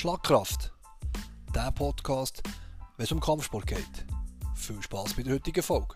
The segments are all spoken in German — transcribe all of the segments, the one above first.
Schlagkraft, der Podcast, wenn es um Kampfsport geht. Viel Spass bei der heutigen Folge.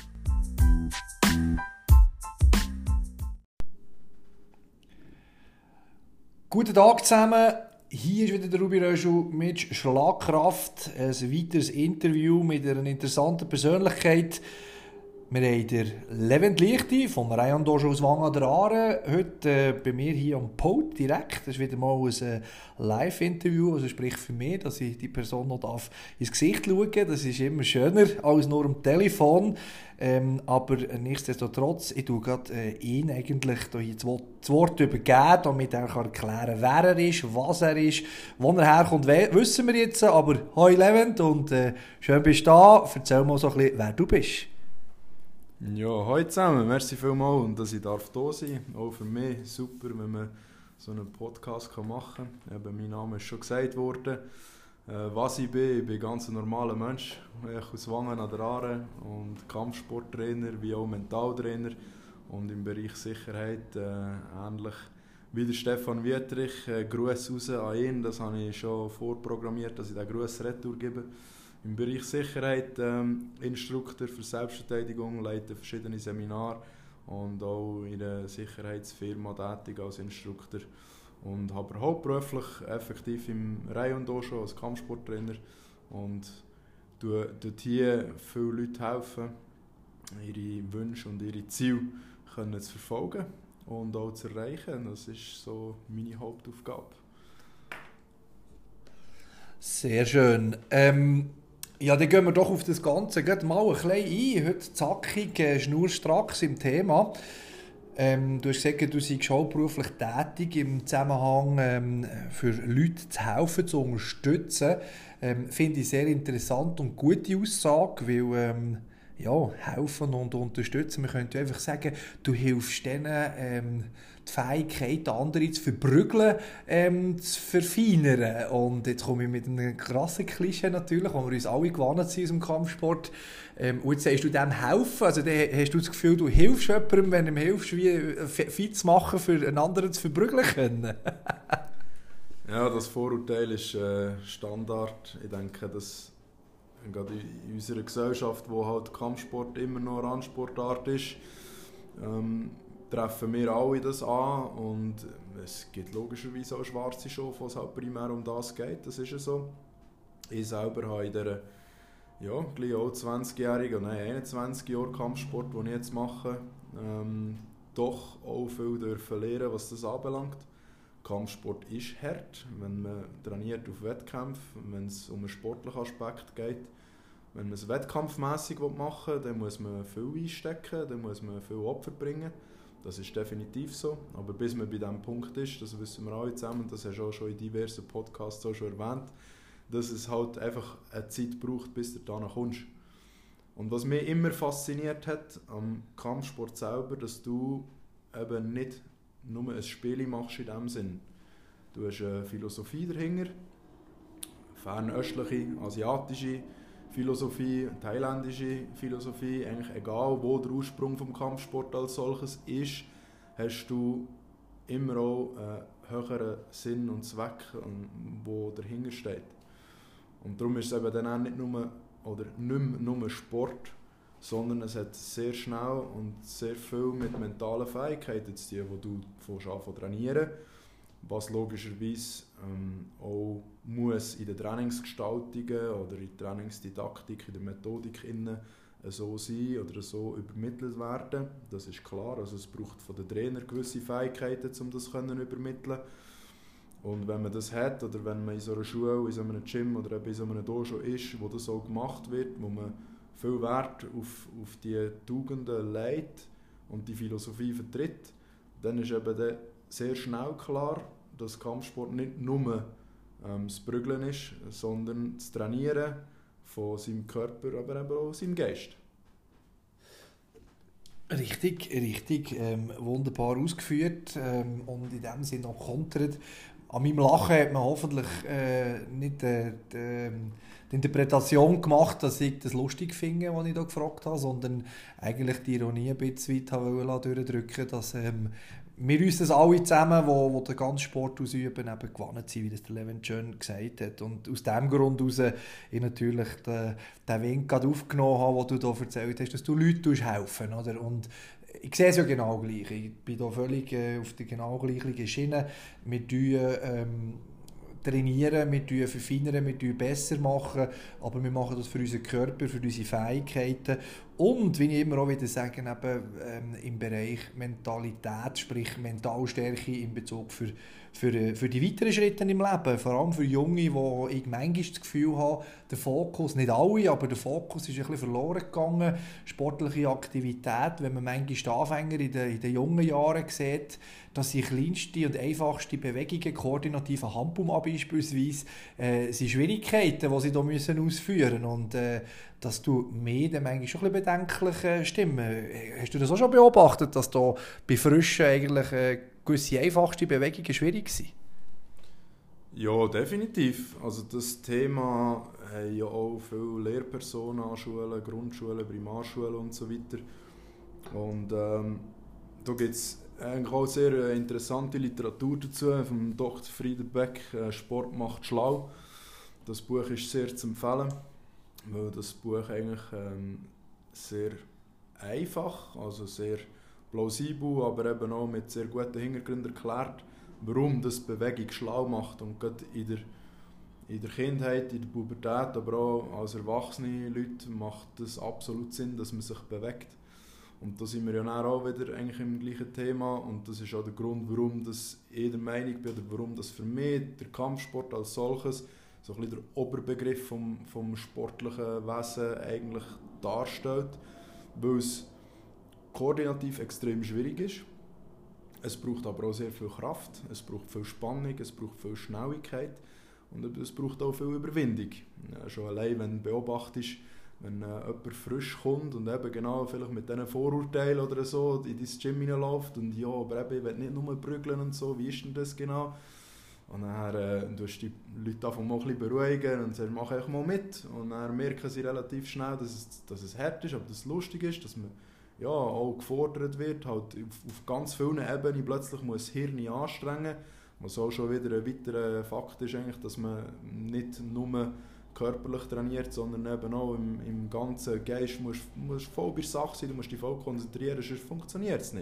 Guten Tag zusammen, hier ist wieder der Ruby Röschel mit Schlagkraft. Ein weiteres Interview mit einer interessanten Persönlichkeit. Wir haben den Levent Lichti vom Rayon Dojo aus Wangen an der Aare heute bei mir hier am Pult direkt. Das ist wieder mal ein Live-Interview, also sprich für mich, dass ich die Person noch ins Gesicht schauen darf. Das ist immer schöner als nur am Telefon. Aber nichtsdestotrotz, ich tue gerade ihn eigentlich hier das Wort übergeben, damit er erklären kann, wer er ist, was er ist, wo er herkommt, wissen wir jetzt. Aber hoi Levent und schön bist du da. Erzähl mal so ein bisschen, wer du bist. Ja, hallo zusammen, merci vielmals und dass ich da sein darf. Auch für mich super, wenn man so einen Podcast machen kann. Eben, mein Name ist schon gesagt worden. Was ich bin ein ganz normaler Mensch. Ich aus Wangen an der Aare und Kampfsporttrainer wie auch Mentaltrainer. Und im Bereich Sicherheit ähnlich wie der Stefan Wietrich. Gruß raus an ihn, das habe ich schon vorprogrammiert, dass ich den Gruß retour gebe. Im Bereich Sicherheit Instruktor für Selbstverteidigung, leite verschiedene Seminare und auch in einer Sicherheitsfirma tätig als Instruktor. Und habe hauptberuflich effektiv im Rayon Dojo als Kampfsporttrainer und dort hier viele Leute helfen, ihre Wünsche und ihre Ziele können zu verfolgen und auch zu erreichen. Das ist so meine Hauptaufgabe. Sehr schön. Ja, dann gehen wir doch auf das Ganze mal ein bisschen ein. Heute zackig, schnurstracks im Thema. Du hast gesagt, du seist hauptberuflich tätig im Zusammenhang für Leute zu helfen, zu unterstützen. Finde ich sehr interessant und gute Aussage, weil helfen und unterstützen. Man könnte einfach sagen, du hilfst denen, die Fähigkeit, andere zu verprügeln, zu verfeinern. Und jetzt komme ich mit einem krassen Klischee natürlich, wo wir uns alle gewarnt sind aus dem Kampfsport. Und jetzt sagst du dem helfen, also dann hast du das Gefühl, du hilfst jemandem, wenn du ihm hilfst, wie fit zu machen, für einen anderen zu verprügeln können. Ja, das Vorurteil ist Standard. Ich denke, dass gerade in unserer Gesellschaft, wo halt Kampfsport immer noch eine Randsportart ist, treffen wir alle das an und es gibt logischerweise auch schwarze Schafe, wo es halt primär um das geht, das ist ja so. Ich selber habe in dieser gleich auch 20-jährigen, 21 Jahre Kampfsport, den ich jetzt mache, doch auch viel dürfen lernen, was das anbelangt. Kampfsport ist hart, wenn man trainiert auf Wettkämpfe, wenn es um einen sportlichen Aspekt geht. Wenn man es wettkampfmässig machen will, dann muss man viel einstecken, dann muss man viel Opfer bringen. Das ist definitiv so. Aber bis man bei diesem Punkt ist, das wissen wir alle zusammen, das hast du auch schon in diversen Podcasts auch schon erwähnt, dass es halt einfach eine Zeit braucht, bis du da kommst. Und was mich immer fasziniert hat am Kampfsport selber, dass du eben nicht nur ein Spiel machst in dem Sinn. Du hast eine Philosophie dahinter, fernöstliche, asiatische Philosophie, thailändische Philosophie, eigentlich egal wo der Ursprung vom Kampfsport als solches ist, hast du immer auch einen höheren Sinn und Zweck, der dahinter steht. Und darum ist es eben dann auch nicht mehr nur Sport, sondern es hat sehr schnell und sehr viel mit mentalen Fähigkeiten zu tun, die du anfängst zu trainieren, was logischerweise auch muss in den Trainingsgestaltungen oder in der Trainingsdidaktik, in der Methodik so sein oder so übermittelt werden. Das ist klar, also es braucht von den Trainern gewisse Fähigkeiten, um das zu übermitteln. Und wenn man das hat oder wenn man in so einer Schule, in so einem Gym oder in so einem Dojo ist, wo das so gemacht wird, wo man viel Wert auf die Tugenden legt und die Philosophie vertritt, dann ist eben sehr schnell klar, dass Kampfsport nicht nur das Prügeln ist, sondern das Trainieren von seinem Körper, aber eben auch seinem Geist. Richtig, wunderbar ausgeführt und in dem Sinne auch kontert. An meinem Lachen hat man hoffentlich nicht die Interpretation gemacht, dass ich das lustig finde, was ich da gefragt habe, sondern eigentlich die Ironie ein bisschen weit durchdrücken, dass wir uns das alle zusammen, die den ganzen Sport ausüben, eben gewonnen sind, wie das der Levin schön gesagt hat. Und aus diesem Grund heraus ich natürlich den Wink gerade aufgenommen habe, den du hier erzählt hast, dass du Leuten helfen, oder? Und ich sehe es ja genau gleich. Ich bin hier völlig auf der genau gleichen Schiene. Wir trainieren, wir verfeinern, wir besser machen, aber wir machen das für unseren Körper, für unsere Fähigkeiten und, wie ich immer auch wieder sage, eben, im Bereich Mentalität, sprich Mentalstärke in Bezug für die weiteren Schritte im Leben, vor allem für Junge, wo ich manchmal das Gefühl habe, der Fokus, nicht alle, aber der Fokus ist ein bisschen verloren gegangen, sportliche Aktivität, wenn man manchmal die Anfänger in den jungen Jahren sieht, dass die kleinste und einfachste Bewegungen, koordinativer Handbaum beispielsweise, sind Schwierigkeiten, die sie hier ausführen müssen. Und das tut mir dann manchmal schon ein bisschen bedenklich stimmen. Hast du das auch schon beobachtet, dass da bei Frischen eigentlich gewisse einfachste Bewegungen schwierig sind? Ja, definitiv. Also das Thema haben ja auch viele Lehrpersonen an Schulen, Grundschulen, Primarschulen und so weiter. Und da gibt es eigentlich auch sehr interessante Literatur dazu, vom Dr. Friedenbeck, «Sport macht schlau». Das Buch ist sehr zu empfehlen, weil das Buch eigentlich sehr einfach, also sehr plausibel, aber eben auch mit sehr guten Hintergründen erklärt, warum das Bewegung schlau macht. Und gerade in der Kindheit, in der Pubertät, aber auch als erwachsene Leute macht es absolut Sinn, dass man sich bewegt. Und da sind wir ja dann auch wieder eigentlich im gleichen Thema und das ist auch der Grund, warum das ich der Meinung bin, oder warum das für mich der Kampfsport als solches so ein bisschen der Oberbegriff vom sportlichen Wesen eigentlich darstellt, weil es koordinativ extrem schwierig ist. Es braucht aber auch sehr viel Kraft, es braucht viel Spannung, es braucht viel Schnelligkeit und es braucht auch viel Überwindung. Ja, schon allein, wenn du beobachtest, wenn jemand frisch kommt und eben genau vielleicht mit diesen Vorurteilen oder so in dein Gym hineinläuft und ja, aber eben, ich will nicht nur prügeln und so, wie ist denn das genau? Und dann tust du die Leute einfach mal ein bisschen beruhigen und sagst, mach einfach mal mit. Und dann merken sie relativ schnell, dass es hart ist, aber dass es lustig ist, dass man ja, auch gefordert wird, halt auf ganz vielen Ebenen plötzlich muss das Hirn anstrengen, was auch schon wieder ein weiterer Fakt ist, eigentlich, dass man nicht nur körperlich trainiert, sondern eben auch im ganzen Geist musst voll bei der Sache sein, du musst dich voll konzentrieren, sonst funktioniert es nicht.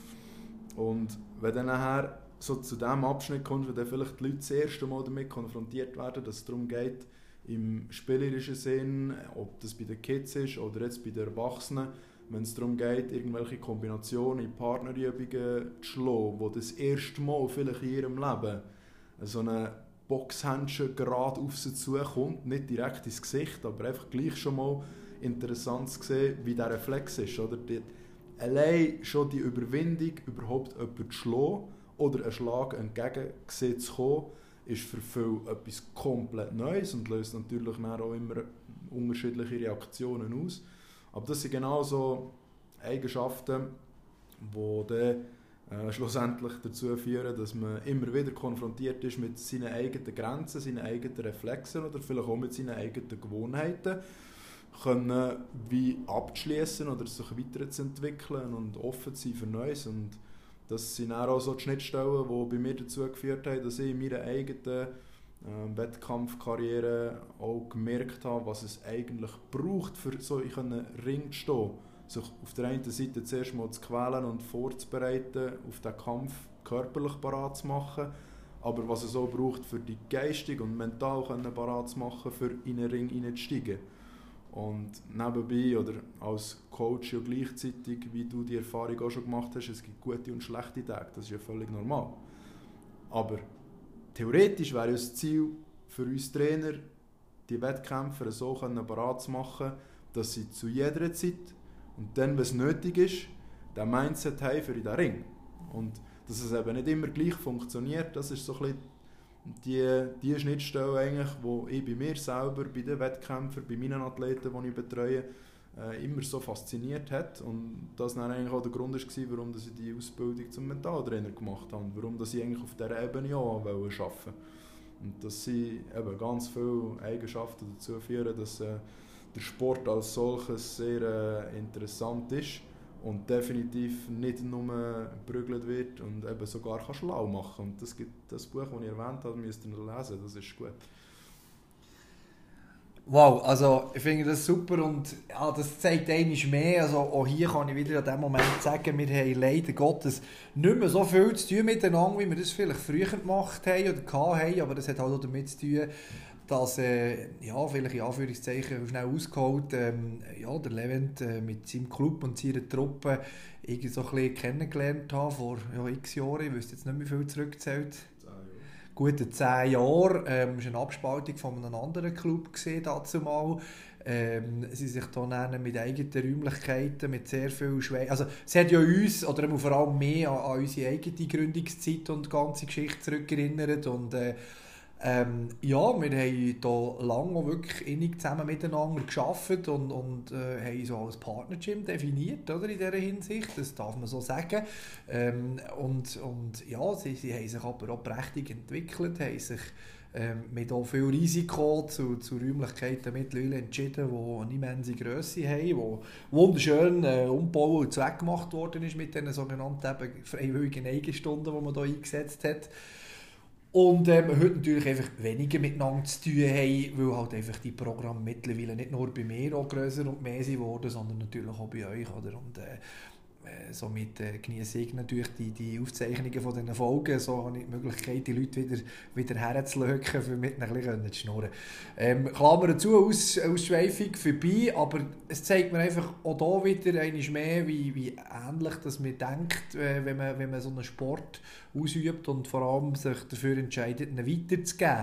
Und wenn dann nachher so zu dem Abschnitt kommst, wo dann vielleicht die Leute das erste Mal damit konfrontiert werden, dass es darum geht, im spielerischen Sinn, ob das bei den Kids ist oder jetzt bei den Erwachsenen, wenn es darum geht, irgendwelche Kombinationen in Partnerübungen zu schlagen, wo das erste Mal vielleicht in ihrem Leben so eine Boxhandschuh gerade auf sie zukommt, nicht direkt ins Gesicht, aber einfach gleich schon mal interessant zu sehen, wie der Reflex ist. Oder allein schon die Überwindung, überhaupt jemanden zu schlagen oder einen Schlag entgegengesehen zu kommen, ist für viele etwas komplett Neues und löst natürlich auch immer unterschiedliche Reaktionen aus. Aber das sind genau so Eigenschaften, die dann schlussendlich dazu führen, dass man immer wieder konfrontiert ist mit seinen eigenen Grenzen, seinen eigenen Reflexen oder vielleicht auch mit seinen eigenen Gewohnheiten, können wie abzuschließen oder sich weiterzuentwickeln und offen zu sein für Neues. Und das sind auch so die Schnittstellen, die bei mir dazu geführt haben, dass ich in meiner eigenen Wettkampfkarriere auch gemerkt habe, was es eigentlich braucht, für so in einem Ring zu stehen. Sich auf der einen Seite zuerst mal zu quälen und vorzubereiten, auf den Kampf körperlich parat zu machen, aber was es auch braucht, für die geistig und mental parat zu machen, für in einen Ring hineinzusteigen. Und nebenbei oder als Coach ja gleichzeitig, wie du die Erfahrung auch schon gemacht hast, es gibt gute und schlechte Tage, das ist ja völlig normal. Aber theoretisch wäre das Ziel für uns Trainer, die Wettkämpfer so parat zu machen, dass sie zu jeder Zeit und dann, wenn es nötig ist, den Mindset haben für in den Ring. Und dass es eben nicht immer gleich funktioniert, das ist so ein bisschen die Schnittstelle eigentlich, wo ich bei mir selber, bei den Wettkämpfern, bei meinen Athleten, die ich betreue, immer so fasziniert hat. Und das dann eigentlich auch der Grund war, warum ich die Ausbildung zum Mentaltrainer gemacht habe und warum ich eigentlich auf dieser Ebene auch arbeiten wollte. Und dass sie eben ganz viele Eigenschaften dazu führen, dass der Sport als solches sehr interessant ist und definitiv nicht nur geprügelt wird und eben sogar kann schlau machen. Und das gibt das Buch, das ich erwähnt habe, müsst ihr lesen, das ist gut. Wow, also ich finde das super und ja, das zeigt einmal mehr. Also auch hier kann ich wieder an diesem Moment sagen, wir haben leider Gottes nicht mehr so viel zu tun miteinander, wie wir das vielleicht früher gemacht haben oder hatten, aber das hat halt auch damit zu tun, dass, ja, vielleicht in Anführungszeichen schnell ausgeholt, ja, der Levent mit seinem Club und seiner Truppe irgendwie so ein bisschen kennengelernt hat vor x Jahren, ich wüsste jetzt nicht mehr viel zurückgezählt. Gute 10 Jahre. Es war eine Abspaltung von einem anderen Club dazu mal. Sie sich dann mit eigenen Räumlichkeiten, mit sehr viel Schweiß. Also es hat ja uns, oder vor allem mehr an unsere eigene Gründungszeit und die ganze Geschichte zurückerinnert. Und ja, wir haben hier lange auch wirklich innig zusammen miteinander gearbeitet und haben so als Partnergym definiert, oder, in dieser Hinsicht, das darf man so sagen. Und ja, sie haben sich aber auch prächtig entwickelt, haben sich mit auch viel Risiko zu Räumlichkeiten mittlerweile entschieden, die eine immense Grösse haben, die wunderschön umgebaut und zweckgemacht worden ist mit diesen sogenannten freiwilligen Eigenstunden, die man hier eingesetzt hat. Und wir heute natürlich einfach weniger miteinander zu tun haben, weil halt einfach die Programme mittlerweile nicht nur bei mir auch grösser und mehr geworden, sondern natürlich auch bei euch. Oder? Und somit genieße ich natürlich die Aufzeichnungen von diesen Folgen. So habe ich die Möglichkeit, die Leute wieder herzulöcken, um mit ihnen ein bisschen zu schnurren. Klammer zu, Ausschweifung vorbei, aber es zeigt mir einfach auch hier wieder einmal mehr, wie ähnlich dass man denkt, wenn man so einen Sport ausübt und vor allem sich dafür entscheidet, ihn weiterzugeben.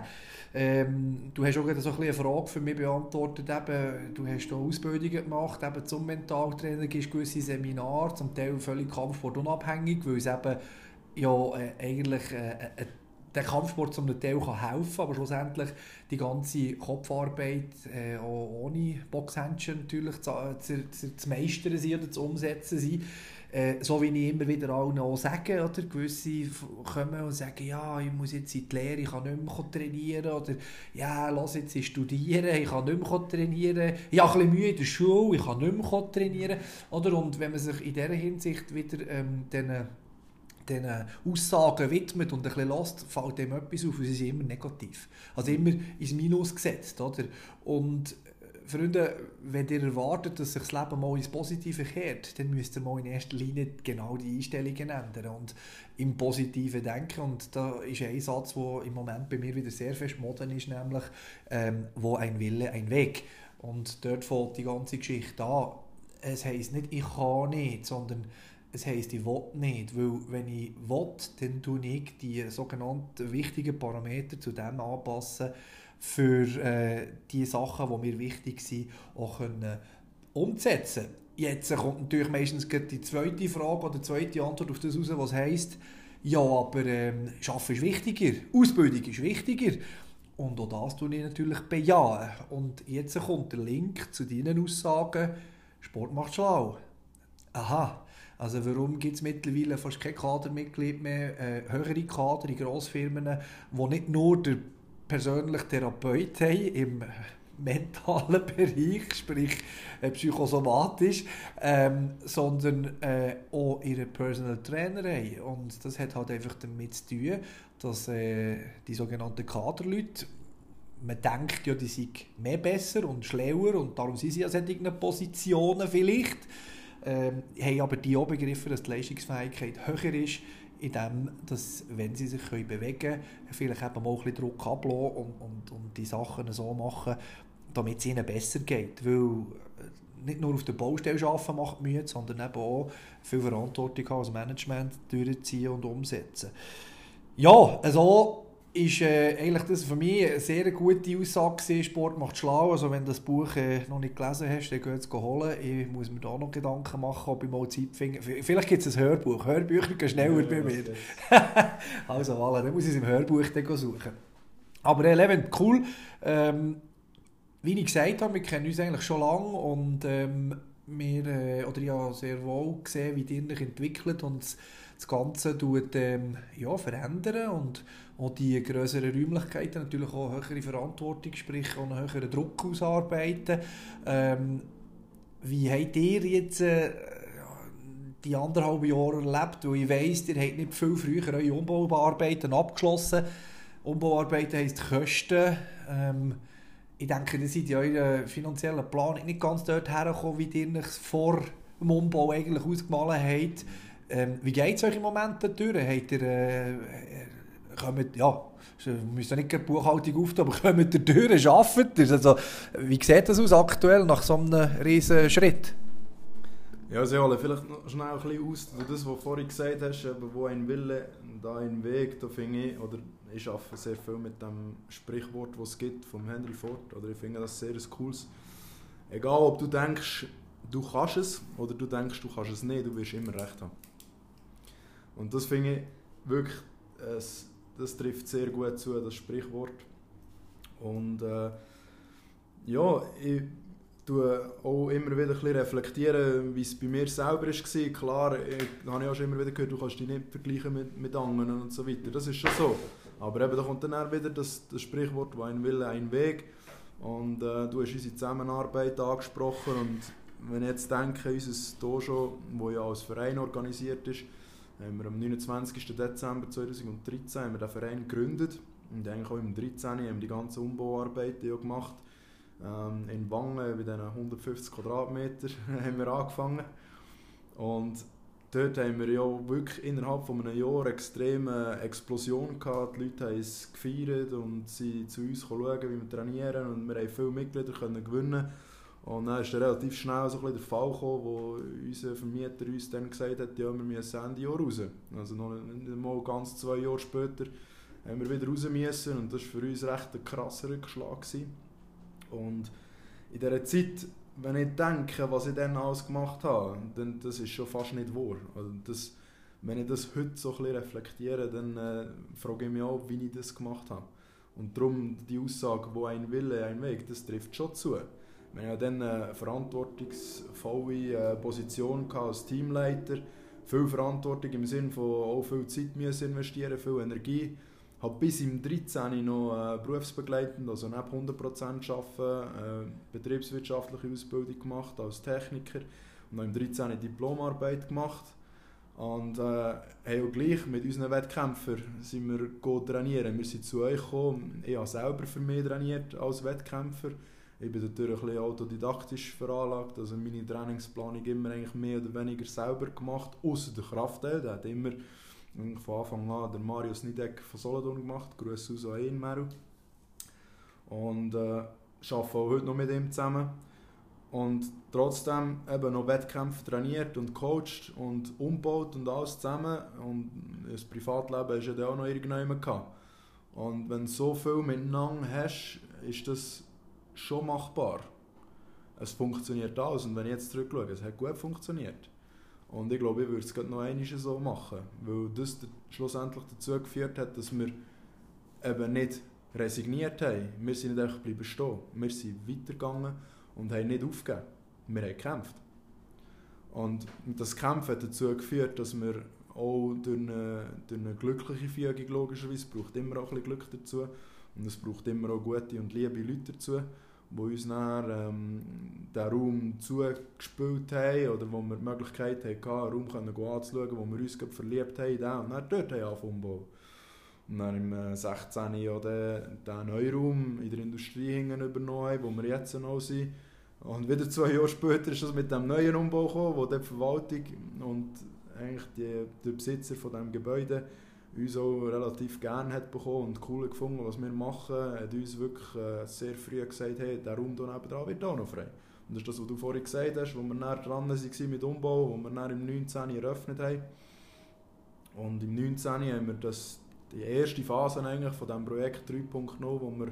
Du hast auch so ein bisschen eine Frage für mich beantwortet. Eben, du hast hier Ausbildungen gemacht eben zum Mentaltrainer, gibst gewisse Seminare, zum Teil völlig kampfsportunabhängig, weil es eben ja eigentlich der Kampfsport zum Teil kann helfen, aber schlussendlich die ganze Kopfarbeit auch ohne Boxhändchen natürlich zu meistern sein oder zu umsetzen sein. So wie ich immer wieder allen auch sage, oder gewisse kommen und sagen, ja, ich muss jetzt in die Lehre, ich kann nicht mehr trainieren, oder ja, lass jetzt ich studieren, ich kann nicht mehr trainieren, ich habe ein bisschen Mühe in der Schule, ich kann nicht mehr trainieren, oder? Und wenn man sich in dieser Hinsicht wieder diesen Aussagen widmet und ein bisschen lässt, fällt dem etwas auf und sie sind immer negativ. Also immer ins Minus gesetzt, oder? Und Freunde, wenn ihr erwartet, dass sich das Leben mal ins Positive kehrt, dann müsst ihr mal in erster Linie genau die Einstellungen ändern und im Positiven denken. Und da ist ein Satz, der im Moment bei mir wieder sehr fest Mode ist, nämlich «Wo ein Wille, ein Weg». Und dort fängt die ganze Geschichte an. Es heisst nicht «ich kann nicht», sondern es heisst «ich will nicht». Weil wenn ich will, dann tue ich die sogenannten wichtigen Parameter zu dem anpassen, für die Sachen, die mir wichtig sind, auch umzusetzen. Jetzt kommt natürlich meistens die zweite Frage oder die zweite Antwort auf das raus, was heisst, ja, aber Arbeiten ist wichtiger, Ausbildung ist wichtiger. Und auch das tue ich natürlich bejahen. Und jetzt kommt der Link zu deinen Aussagen, Sport macht schlau. Aha. Also warum gibt es mittlerweile fast kein Kadermitglied mehr, höhere Kader in Grossfirmen, die nicht nur der persönlich Therapeut haben im mentalen Bereich, sprich psychosomatisch, sondern auch ihren Personal Trainer haben. Und das hat halt einfach damit zu tun, dass die sogenannten Kaderleute, man denkt ja, die sind mehr besser und schlauer und darum sind sie an solchen Positionen vielleicht, haben aber die auch begriffen, dass die Leistungsfähigkeit höher ist, indem, dass, wenn sie sich bewegen können, vielleicht eben mal ein bisschen Druck ablassen und die Sachen so machen, damit es ihnen besser geht. Weil nicht nur auf der Baustelle arbeiten macht Mühe, sondern eben auch viel Verantwortung haben als Management durchziehen und umsetzen. Ja, also ist eigentlich das für mich eine sehr gute Aussage gewesen. Sport macht schlau. Also wenn du das Buch noch nicht gelesen hast, dann geh es holen. Ich muss mir da noch Gedanken machen, ob ich mal Zeit finde. Vielleicht gibt es ein Hörbuch. Hörbücher gehen schneller bei mir. Also voilà, dann muss ich es im Hörbuch dann suchen. Aber Levent, cool. Wie ich gesagt habe, wir kennen uns eigentlich schon lange und oder ich habe sehr wohl gesehen, wie ihr euch entwickelt und das Ganze verändern und auch die grösseren Räumlichkeiten natürlich auch eine höhere Verantwortung, sprich auch einen höheren Druck ausarbeiten. Wie habt ihr jetzt die 1,5 Jahre erlebt? Weil ich weiss, ihr habt nicht viel früher eure Umbauarbeiten abgeschlossen. Umbauarbeiten heisst Kosten. Ich denke, ihr seid in eurer finanziellen Planung nicht ganz dort hergekommen, wie ihr es vor dem Umbau eigentlich ausgemalt habt. Wie geht es euch im Moment dadurch? Habt ihr, müsst ihr nicht die Buchhaltung auftun, aber kommt ihr durch, arbeitet ihr? Also, wie sieht das aus aktuell nach so einem riesen Schritt? Ja, Seole, vielleicht noch schnell ein bisschen aus, das, was du vorhin gesagt hast, wo ein Wille, da ein Weg, da finde ich, oder ich arbeite sehr viel mit dem Sprichwort, das es gibt, vom Henry Ford, oder ich finde das sehr ein cooles. Egal, ob du denkst, du kannst es, oder du denkst, du kannst es nicht, du wirst immer recht haben. Und das finde ich wirklich, das trifft sehr gut zu, das Sprichwort. Und ja, ich tue auch immer wieder ein bisschen reflektieren, wie es bei mir selber war. Klar, habe ich auch schon immer wieder gehört, du kannst dich nicht vergleichen mit anderen und so weiter. Das ist schon so. Aber eben, da kommt dann auch wieder das Sprichwort, wo ein Wille, ein Weg. Und du hast unsere Zusammenarbeit angesprochen. Und wenn ich jetzt denke, unser Dojo, das ja als Verein organisiert ist, haben wir am 29. Dezember 2013 haben wir den Verein gegründet. Und eigentlich auch im 2013 haben wir die ganzen Umbauarbeiten ja gemacht. In Wangen, bei diesen 150 Quadratmeter, haben wir angefangen. Und dort haben wir ja wirklich innerhalb von einem Jahr extreme Explosion gehabt. Die Leute haben es gefeiert und sind zu uns schauen, wie wir trainieren. Und wir haben viele Mitglieder können gewinnen. Und dann ist dann relativ schnell so ein bisschen der Fall gekommen, wo unser Vermieter uns dann gesagt hat, ja, wir müssen Ende Jahr raus. Also noch nicht mal ganz 2 Jahre später haben wir wieder raus müssen. Und das war für uns recht ein krasser Rückschlag gewesen. Und in dieser Zeit, wenn ich denke, was ich dann alles gemacht habe, dann das ist schon fast nicht wahr. Also wenn ich das heute so ein bisschen reflektiere, dann frage ich mich auch, wie ich das gemacht habe. Und darum die Aussage, wo ein Wille, ein Weg, das trifft schon zu. Wir hatten dann eine verantwortungsvolle Position als Teamleiter, viel Verantwortung im Sinne von auch viel Zeit müssen investieren, viel Energie. Ich habe bis im 13. noch berufsbegleitend, also neben 100% arbeiten, betriebswirtschaftliche Ausbildung gemacht als Techniker und habe im 13. Diplomarbeit gemacht. Und haben auch gleich mit unseren Wettkämpfern sind wir trainieren. Wir sind zu euch gekommen. Ich habe selber für mich trainiert als Wettkämpfer. Ich bin natürlich ein bisschen autodidaktisch veranlagt, also meine Trainingsplanung immer eigentlich mehr oder weniger selber gemacht, außer der Kraftteil, der hat immer von Anfang an der Marius Nidek von Solothurn gemacht, Grüße aus an ihn, Meru. Und arbeite auch heute noch mit ihm zusammen. Und trotzdem eben noch Wettkämpfe trainiert und coacht und umgebaut und alles zusammen. Und das Privatleben ist ja dann auch noch irgendjemand gehabt. Und wenn du so viel miteinander hast, ist das schon machbar. Es funktioniert alles. Und wenn ich jetzt zurückschaue, es hat gut funktioniert. Und ich glaube, ich würde es gerade noch einmal so machen, weil das schlussendlich dazu geführt hat, dass wir eben nicht resigniert haben. Wir sind nicht einfach bleiben stehen. Wir sind weitergegangen und haben nicht aufgegeben. Wir haben gekämpft. Und das Kämpfen hat dazu geführt, dass wir auch durch eine glückliche Fügung, logischerweise, es braucht immer auch ein bisschen Glück dazu, und es braucht immer auch gute und liebe Leute dazu, die uns nachher den Raum zugespielt haben oder wo wir die Möglichkeit hatten, einen Raum anzuschauen, wo wir uns verliebt haben in den und dann dort angefangen. Und dann im 16. Jahr den neuen Raum in der Industrie hinten übernommen haben, wo wir jetzt noch sind. Und wieder 2 Jahre später ist das mit dem neuen Umbau gekommen, wo die Verwaltung und eigentlich der Besitzer von diesem Gebäude uns auch relativ gerne hat bekommen und cool gefunden, was wir machen, hat uns wirklich sehr früh gesagt, hey, der Raum hier nebenan wird auch noch frei. Und das ist das, was du vorhin gesagt hast, wo wir dann dran waren mit Umbau, wo wir dann im 19. eröffnet haben. Und im 19. haben wir die erste Phase eigentlich von diesem Projekt 3.0, wo wir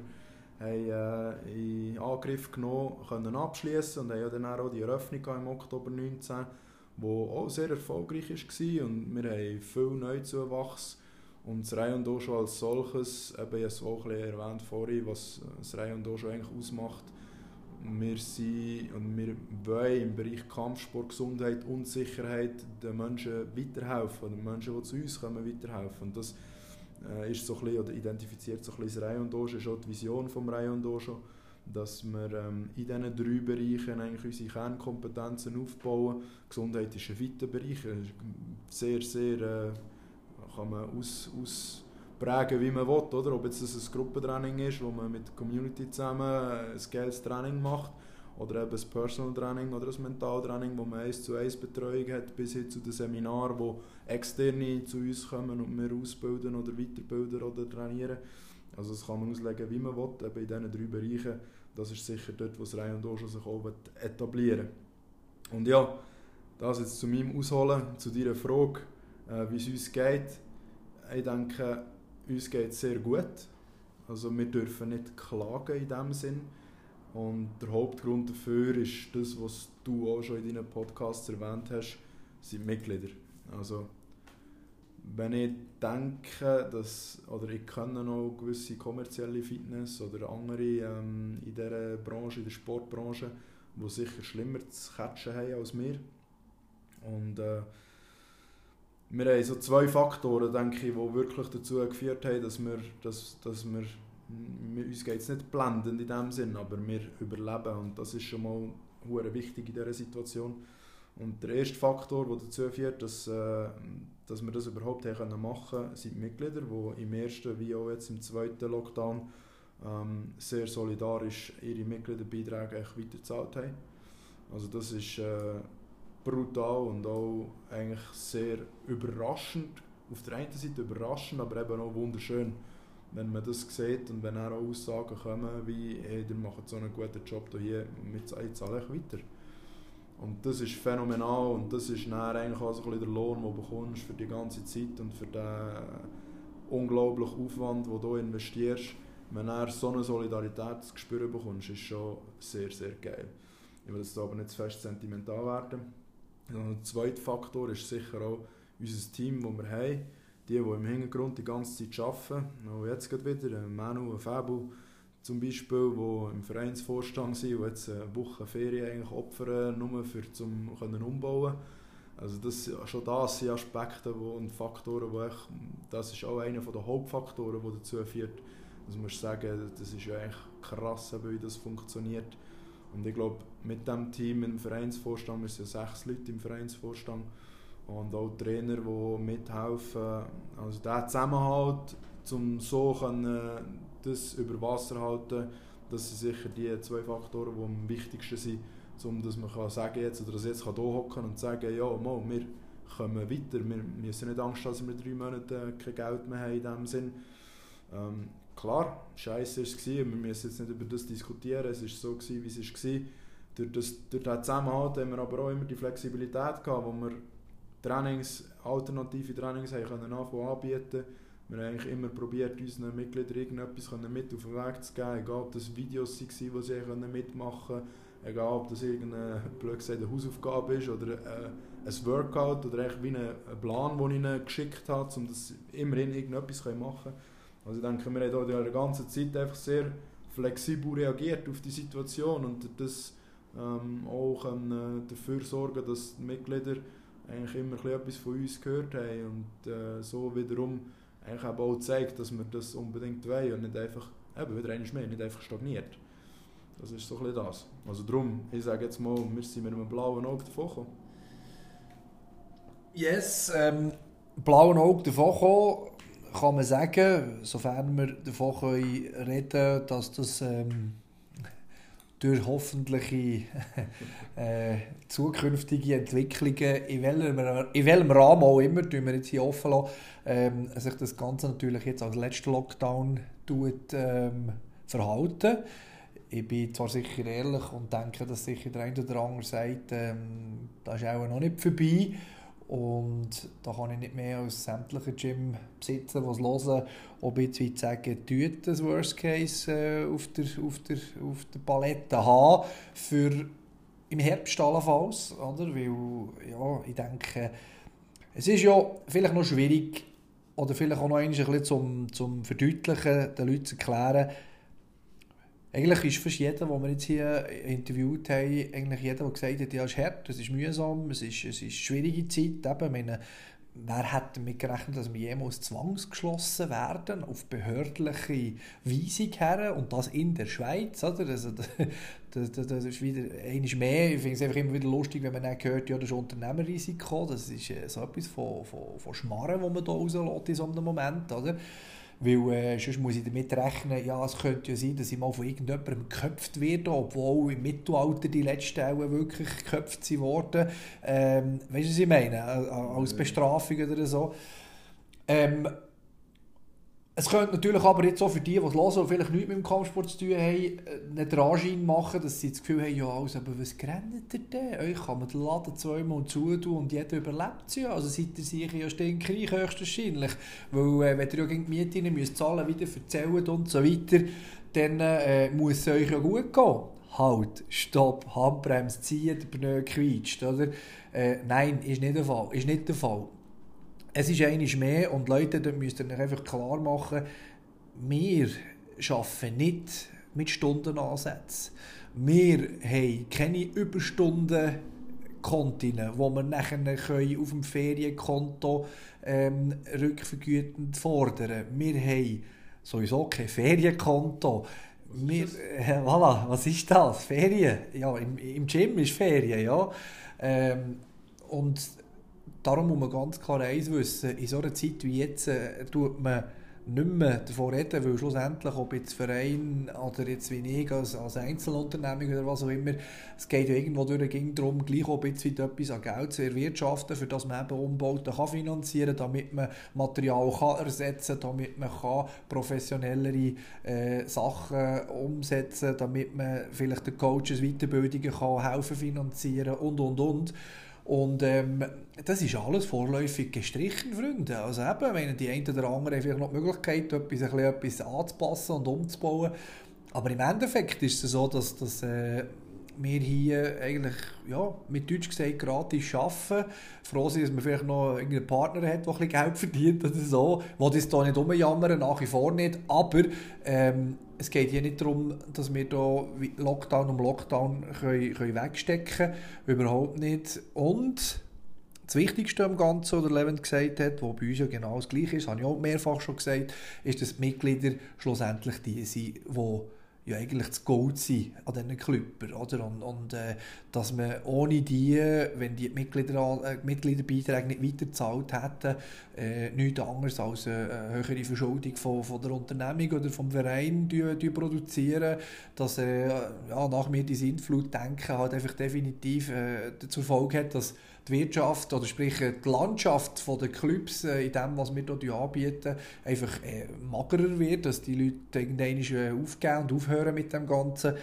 in Angriff genommen können abschließen und haben ja dann auch die Eröffnung im Oktober 19, die auch sehr erfolgreich war und wir haben viel Neuzuwachs. Und das Rayon Dojo als solches, eben ich habe es auch ein bisschen erwähnt vorhin, was das Rayon Dojo eigentlich ausmacht. Wir wollen im Bereich Kampfsport, Gesundheit und Sicherheit den Menschen weiterhelfen, den Menschen, die zu uns kommen, weiterhelfen. Und das ist so ein bisschen, oder identifiziert so ein bisschen das Rayon Dojo, ist auch die Vision vom Rayon Dojo. dass wir in diesen 3 Bereichen eigentlich unsere Kernkompetenzen aufbauen. Gesundheit ist ein weiter Bereich, sehr, sehr kann man ausprägen, wie man will, oder? Ob jetzt das ein Gruppentraining ist, wo man mit der Community zusammen ein geiles Training macht, oder eben ein Personal Training oder ein Mentaltraining, wo man 1:1 Betreuung hat, bis hin zu den Seminaren, wo Externe zu uns kommen und wir ausbilden oder weiterbilden oder trainieren. Also das kann man auslegen, wie man will, eben in diesen 3 Bereichen. Das ist sicher dort, wo das Reihe und Ocean sich auch etablieren. Und ja, das jetzt zu meinem Ausholen, zu deiner Frage, wie es uns geht. Ich denke, uns geht es sehr gut. Also wir dürfen nicht klagen in dem Sinn. Und der Hauptgrund dafür ist das, was du auch schon in deinen Podcasts erwähnt hast, sind Mitglieder. Also wenn ich denke, oder ich kenne noch gewisse kommerzielle Fitness oder andere in dieser Branche, in der Sportbranche, die sicher schlimmer zu catchen haben als wir. Und wir haben so 2 Faktoren, denke ich, die wirklich dazu geführt haben, dass wir uns geht es nicht blendend in dem Sinn, aber wir überleben, und das ist schon mal sehr wichtig in dieser Situation. Und der erste Faktor, der dazu führt, dass wir das überhaupt machen können, sind die Mitglieder, die im ersten wie auch jetzt im zweiten Lockdown sehr solidarisch ihre Mitgliederbeiträge weitergezahlt haben. Also das ist brutal und auch eigentlich sehr überraschend. Auf der einen Seite überraschend, aber eben auch wunderschön, wenn man das sieht und wenn auch Aussagen kommen wie «Hey, ihr macht so einen guten Job hier, ich zahle euch weiter». Und das ist phänomenal und das ist dann eigentlich auch so ein bisschen der Lohn, den du bekommst für die ganze Zeit und für den unglaublichen Aufwand, den du investierst. Wenn du so eine Solidarität zu spüren bekommst, ist schon sehr, sehr geil. Ich will jetzt aber nicht zu fest sentimental werden. Und der zweite Faktor ist sicher auch unser Team, das wir haben. Die im Hintergrund die ganze Zeit arbeiten. Auch jetzt gerade wieder, Manu und Fabu zum Beispiel, die im Vereinsvorstand sind, die jetzt eine Woche Ferien eigentlich opfern, nur um umbauen. Also schon das sind Aspekte und Faktoren, das ist auch einer der Hauptfaktoren, der dazu führt. Also muss ich sagen, das ist ja eigentlich krass, wie das funktioniert. Und ich glaube, mit diesem Team im Vereinsvorstand, wir sind ja 6 Leute im Vereinsvorstand, und auch Trainer, die mithelfen. Also der Zusammenhalt, um so das über Wasser halten, das sind sicher die 2 Faktoren, die am wichtigsten sind, um dass man sagen jetzt, oder dass jetzt hier hocken und sagen, ja, wir kommen weiter, wir müssen nicht Angst haben, dass wir 3 Monate kein Geld mehr haben in diesem Sinn. Klar, scheiße war es, wir müssen jetzt nicht über das diskutieren, es war so, wie es war. Durch den Zusammenhalt haben wir aber auch immer die Flexibilität gehabt, wo wir alternative Trainings anbieten konnten. Wir haben eigentlich immer probiert, unseren Mitgliedern irgendetwas mit auf den Weg zu geben, egal ob das Videos waren, die sie mitmachen konnten, egal ob das irgendeine, blöd gesagt, eine Hausaufgabe ist oder ein Workout oder wie ein Plan, den ich ihnen geschickt habe, um das immerhin irgendetwas zu machen. Also ich denke, wir haben in der ganzen Zeit einfach sehr flexibel reagiert auf die Situation und das auch dafür sorgen, dass die Mitglieder eigentlich immer etwas von uns gehört haben und so wiederum eigentlich auch zeigt, dass wir das unbedingt wollen und nicht einfach, wieder einmal mehr, nicht einfach stagniert. Das ist so ein bisschen das. Also darum, ich sage jetzt mal, wir sind mit einem blauen Auge davon gekommen. Yes, blauen Auge davon gekommen, kann man sagen, sofern wir davon reden können, dass das durch hoffentliche zukünftige Entwicklungen, in welchem Rahmen auch immer, tun wir jetzt hier offen lassen, sich das Ganze natürlich jetzt als letzter Lockdown verhalten. Ich bin zwar sicher ehrlich und denke, dass sicher der eine oder andere sagt, das ist auch noch nicht vorbei. Und da kann ich nicht mehr als sämtliche Gym-Besitzer, die es hören, ob ich jetzt sagen, tut das Worst Case auf der Palette haben, für im Herbst allenfalls, oder? Weil, ja, ich denke, es ist ja vielleicht noch schwierig, oder vielleicht auch noch ein bisschen zum Verdeutlichen, den Leuten zu erklären, eigentlich ist fast jeder, den wir jetzt hier interviewt haben, eigentlich jeder, der gesagt hat, ja, es ist hart, es ist mühsam, es ist eine schwierige Zeit. Eben, wer hat damit gerechnet, dass wir jemals zwangsgeschlossen werden, auf behördliche Weisung her, und das in der Schweiz, oder? Also, das ist wieder einmal mehr. Ich finde es einfach immer wieder lustig, wenn man dann hört, ja, das ist Unternehmerrisiko, das ist so etwas von Schmarren, das man da rauslässt in so einem Moment, oder? Weil sonst muss ich damit rechnen, ja, es könnte ja sein, dass ich mal von irgendjemandem geköpft werde, obwohl im Mittelalter die letzten auch wirklich geköpft wurden. Weißt du, was ich meine? Als Bestrafung oder so. Es könnte natürlich aber jetzt auch für die hören und vielleicht nichts mit dem Kampfsport zu tun haben, einen Anschein machen, dass sie das Gefühl haben, ja, also, aber was grennt ihr denn? Euch kann man den Laden zweimal zutun und jeder überlebt es ja. Also seid ihr sicher ja stinkreich höchstwahrscheinlich. Weil wenn ihr ja gegen die Miete rein müsst zahlen, wieder erzählen und so weiter, dann muss es euch ja gut gehen. Halt, stopp, Handbremse ziehen, der Pneu quietscht, oder? Nein, ist nicht der Fall. Ist nicht der Fall. Es ist einmal mehr und Leute, da müsst ihr euch einfach klar machen, wir arbeiten nicht mit Stundenansätzen. Wir haben keine Überstundenkonten, die wir nachher auf dem Ferienkonto rückvergütend fordern. Wir haben sowieso kein Ferienkonto. Voilà, was ist das? Ferien? Ja, im Gym ist Ferien, ja. Und darum muss man ganz klar eins wissen, in so einer Zeit wie jetzt tut man nicht mehr davon reden, weil schlussendlich, ob jetzt Verein oder jetzt wie ich als Einzelunternehmung oder was auch immer, es geht ja irgendwo darum, gleich ob jetzt wieder etwas an Geld zu erwirtschaften, für das man eben Umbauten kann finanzieren, damit man Material kann ersetzen kann, damit man kann professionellere Sachen umsetzen kann, damit man vielleicht den Coaches Weiterbildungen kann helfen finanzieren und. Und das ist alles vorläufig gestrichen, Freunde. Also eben, wenn die einen oder anderen vielleicht noch die Möglichkeit, etwas anzupassen und umzubauen. Aber im Endeffekt ist es so, dass wir hier eigentlich, ja, mit Deutsch gesagt, gratis arbeiten. Froh sind, dass man vielleicht noch irgendeinen Partner hat, der ein bisschen Geld verdient oder so. Ich will das hier nicht rumjammern, nach wie vor nicht. Aber es geht hier nicht darum, dass wir hier Lockdown um Lockdown können wegstecken können. Überhaupt nicht. Und das Wichtigste am Ganzen, was Levent gesagt hat, was bei uns ja genau das Gleiche ist, habe ich auch mehrfach schon gesagt, ist, dass die Mitglieder schlussendlich die sind, die ja eigentlich das Gold sind an diesen Klüppern, oder? Und dass man ohne die, wenn die Mitgliederbeiträge nicht weitergezahlt hätten, nichts anderes als eine höhere Verschuldung von der Unternehmung oder vom Verein produzieren, dass nach mir die Sintflut denken halt einfach definitiv zur Folge hat, dass die Wirtschaft, oder sprich die Landschaft der Clubs in dem, was wir hier anbieten, einfach magerer wird, dass die Leute irgendwann aufgeben und aufhören mit dem Ganzen.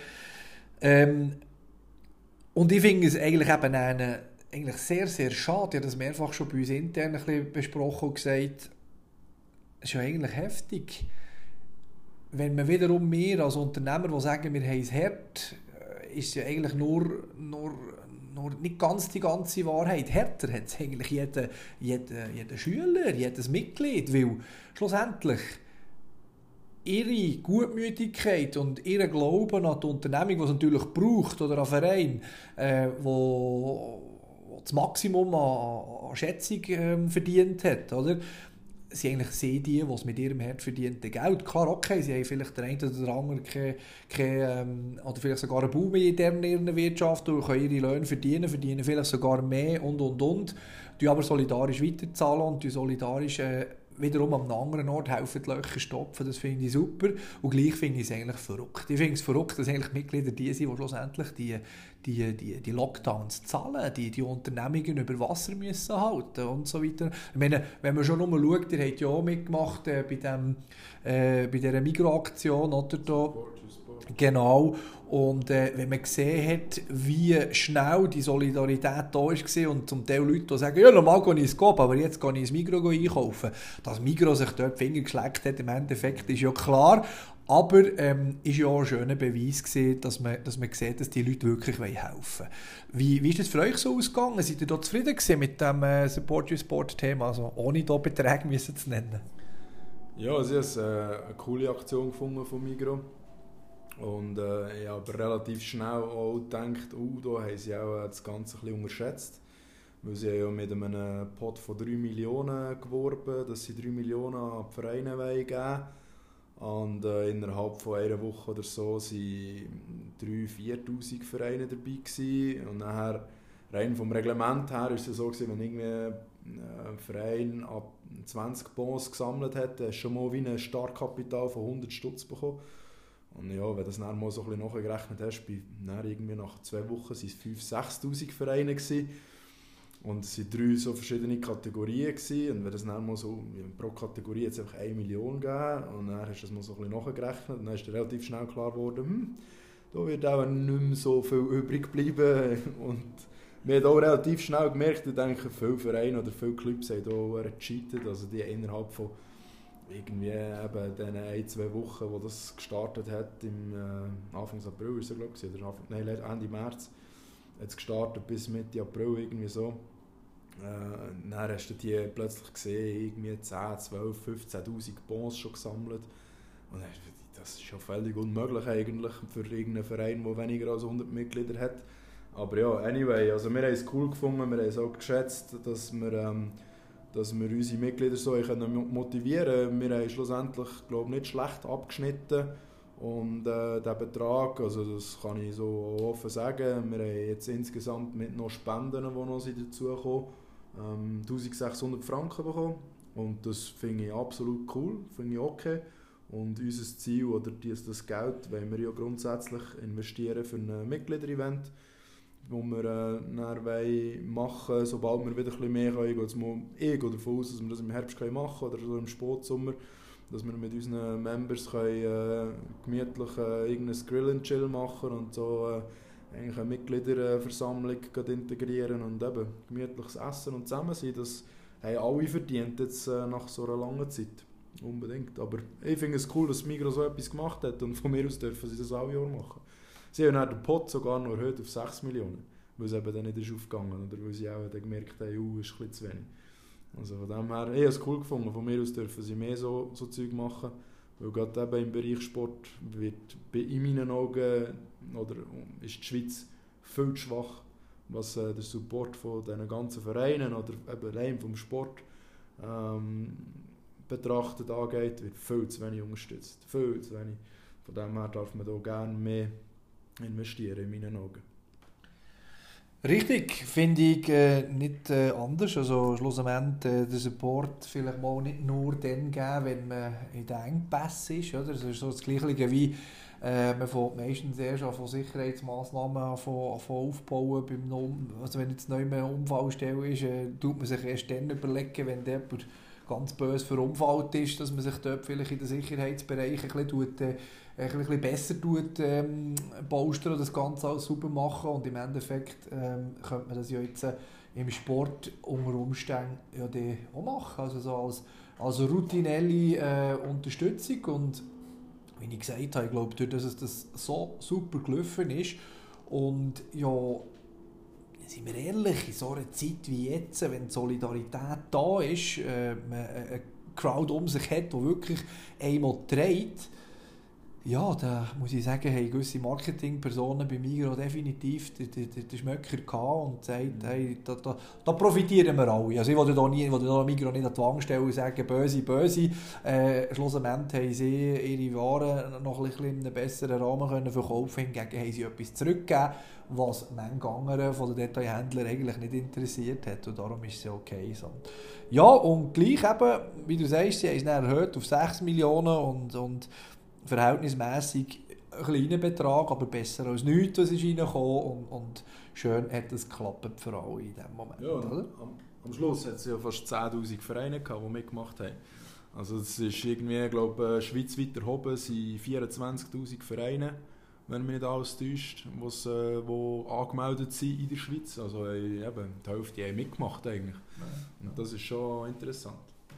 Und ich finde es eigentlich eben eigentlich sehr, sehr schade. Ich habe das mehrfach schon bei uns intern ein bisschen besprochen und gesagt, es ist ja eigentlich heftig, wenn man wiederum wir als Unternehmer, die sagen, wir haben es hart, ist es ja eigentlich nur nicht ganz die ganze Wahrheit. Härter hat es eigentlich jeder Schüler, jedes Mitglied, weil schlussendlich ihre Gutmütigkeit und ihr Glauben an die Unternehmung, die es natürlich braucht, oder an Verein, wo das Maximum an Schätzung verdient hat, oder? Sie eigentlich sehen die es mit ihrem hart verdienten Geld. Klar, okay, sie haben vielleicht der eine oder andere oder vielleicht sogar einen Boom in ihrer Wirtschaft und können ihre Löhne verdienen vielleicht sogar mehr und. Die aber solidarisch weiterzahlen und die solidarisch wiederum an einem anderen Ort helfen, die Löcher stopfen. Das finde ich super. Und gleich finde ich es eigentlich verrückt. Ich finde es verrückt, dass eigentlich Mitglieder die sind, die schlussendlich die Lockdowns zahlen, die Unternehmungen über Wasser müssen halten und so weiter. Ich meine, wenn man schon nur schaut, ihr habt ja auch mitgemacht bei dieser Migros-Aktion, oder da. Genau. Und wenn man gesehen hat, wie schnell die Solidarität da war und zum Teil Leute, die sagen, ja, normal gehe ich ins Coop, aber jetzt gehe ich ins Migros einkaufen. Dass Migros sich dort die Finger geschleckt hat, im Endeffekt ist ja klar. Aber ist ja auch ein schöner Beweis gewesen, dass man sieht, dass die Leute wirklich helfen wollen. Wie ist das für euch so ausgegangen? Seid ihr da zufrieden gewesen mit dem Support Your Sport-Thema, also ohne da Beträge müssen zu nennen? Ja, sie haben eine coole Aktion gefunden von Migros. Und ich habe relativ schnell auch gedacht, da haben sie auch das Ganze ein bisschen unterschätzt. Weil sie ja mit einem Pot von 3 Millionen geworben, dass sie 3 Millionen an die Vereine geben wollen. Und innerhalb von einer Woche oder so waren 3'000–4'000 Vereine dabei gewesen. Und nachher, rein vom Reglement her, war es so gewesen, wenn irgendwie ein Verein ab 20 Bons gesammelt hat, hast du schon mal wie ein Startkapital von 100 Stutz bekommen. Und ja, wenn du das dann mal so ein bisschen nachgerechnet hast, irgendwie nach 2 Wochen waren es 5'000–6'000 Vereine gewesen. Und es waren 3 so verschiedene Kategorien gewesen. Und wenn das dann mal so, pro Kategorie jetzt einfach 1 Million gegeben und dann hast du das mal so ein bisschen nachgerechnet und dann ist dir relativ schnell klar geworden, da wird auch nicht mehr so viel übrig bleiben. Und wir haben auch relativ schnell gemerkt, ich denke, viele Vereine oder viele Clubs haben hier gecheatet, also die innerhalb von irgendwie eben diesen 1–2 Wochen, wo das gestartet hat, im Anfang April ist es, glaube ich, oder Ende März, hat es gestartet bis Mitte April irgendwie so. Dann hast du die plötzlich gesehen, irgendwie 10, 12, 15'000 Bons schon gesammelt. Und das ist schon völlig unmöglich eigentlich für irgendeinen Verein, der weniger als 100 Mitglieder hat. Aber ja, anyway, also wir haben es cool gefunden, wir haben es auch geschätzt, dass wir unsere Mitglieder so motivieren können. Wir haben schlussendlich, glaube ich, nicht schlecht abgeschnitten. Und der Betrag, also das kann ich so offen sagen, wir haben jetzt insgesamt mit noch Spenden, die noch dazukommen, 1600 Franken bekommen. Und das finde ich absolut cool, finde ich okay. Und unser Ziel, oder das Geld, wollen wir ja grundsätzlich investieren für ein Mitglieder-Event, das wir dann machen wollen, sobald wir wieder ein bisschen mehr können. Ich gehe davon aus, dass wir das im Herbst machen können oder so im Spätsommer, dass wir mit unseren Members gemütlich irgendein Grill and Chill machen und so eigentlich eine Mitgliederversammlung integrieren und eben gemütliches Essen und Zusammensein. Das haben alle verdient jetzt nach so einer langen Zeit. Unbedingt. Aber ich finde es cool, dass Migros so etwas gemacht hat und von mir aus dürfen sie das alle Jahr machen. Sie haben den Pot sogar noch erhöht auf 6 Millionen, weil es eben dann nicht ist aufgegangen oder weil sie auch dann gemerkt haben, ist ein bisschen zu wenig. Also von dem her, ich habe es cool gefunden, von mir aus dürfen sie mehr so Zeug machen, weil gerade eben im Bereich Sport wird in meinen Augen oder ist die Schweiz viel zu schwach, was den Support von diesen ganzen Vereinen oder eben allein vom Sport betrachtet angeht, wird viel zu wenig unterstützt, viel zu wenig. Von dem her darf man da gerne mehr investieren in meinen Augen. Richtig, finde ich nicht anders. Also schlussendlich den Support vielleicht mal nicht nur dann geben, wenn man in den Engpässen ist. Oder? Das ist so das Gleiche wie man fängt meistens erst von Sicherheitsmassnahmen aufbauen. Also wenn jetzt neu eine Unfallstelle ist, tut man sich erst dann überlegen, wenn jemand ganz böse verunfallt ist, dass man sich dort vielleicht in den Sicherheitsbereichen ein bisschen besser polstern und das Ganze alles sauber machen. Und im Endeffekt könnte man das ja jetzt im Sport unter Umständen ja auch machen. Also so als routinelle Unterstützung. Und wie ich gesagt habe, ich glaube, dadurch, dass das so super gelaufen ist und ja, sind wir ehrlich, in so einer Zeit wie jetzt, wenn die Solidarität da ist, man eine Crowd um sich hat, die wirklich einmal trägt, ja, da muss ich sagen, haben gewisse Marketingpersonen bei Migros definitiv den Schmöcker gehabt und gesagt, hey, da profitieren wir alle. Also ich wollte da Migros nicht an die Wand stellen und sagen, böse. Schlussendlich haben sie ihre Waren noch ein bisschen in einem besseren Rahmen können verkaufen, hingegen haben sie etwas zurückgegeben, was manche andere von den Detailhändlern eigentlich nicht interessiert hat und darum ist es okay so. Ja, und gleich eben, wie du sagst, sie haben es dann erhöht auf 6 Millionen und verhältnismäßig ein kleiner Betrag, aber besser als nichts, was ist reingekommen und schön hat es geklappt für alle in diesem Moment. Ja, oder? Am Schluss hat es ja fast 10'000 Vereine gehabt, die mitgemacht haben. Also es ist irgendwie, glaube ich, schweizweit erhoben sind 24'000 Vereine, wenn mich nicht alles täuscht, die angemeldet sind in der Schweiz. Also eben, die Hälfte haben mitgemacht eigentlich. Und das ist schon interessant.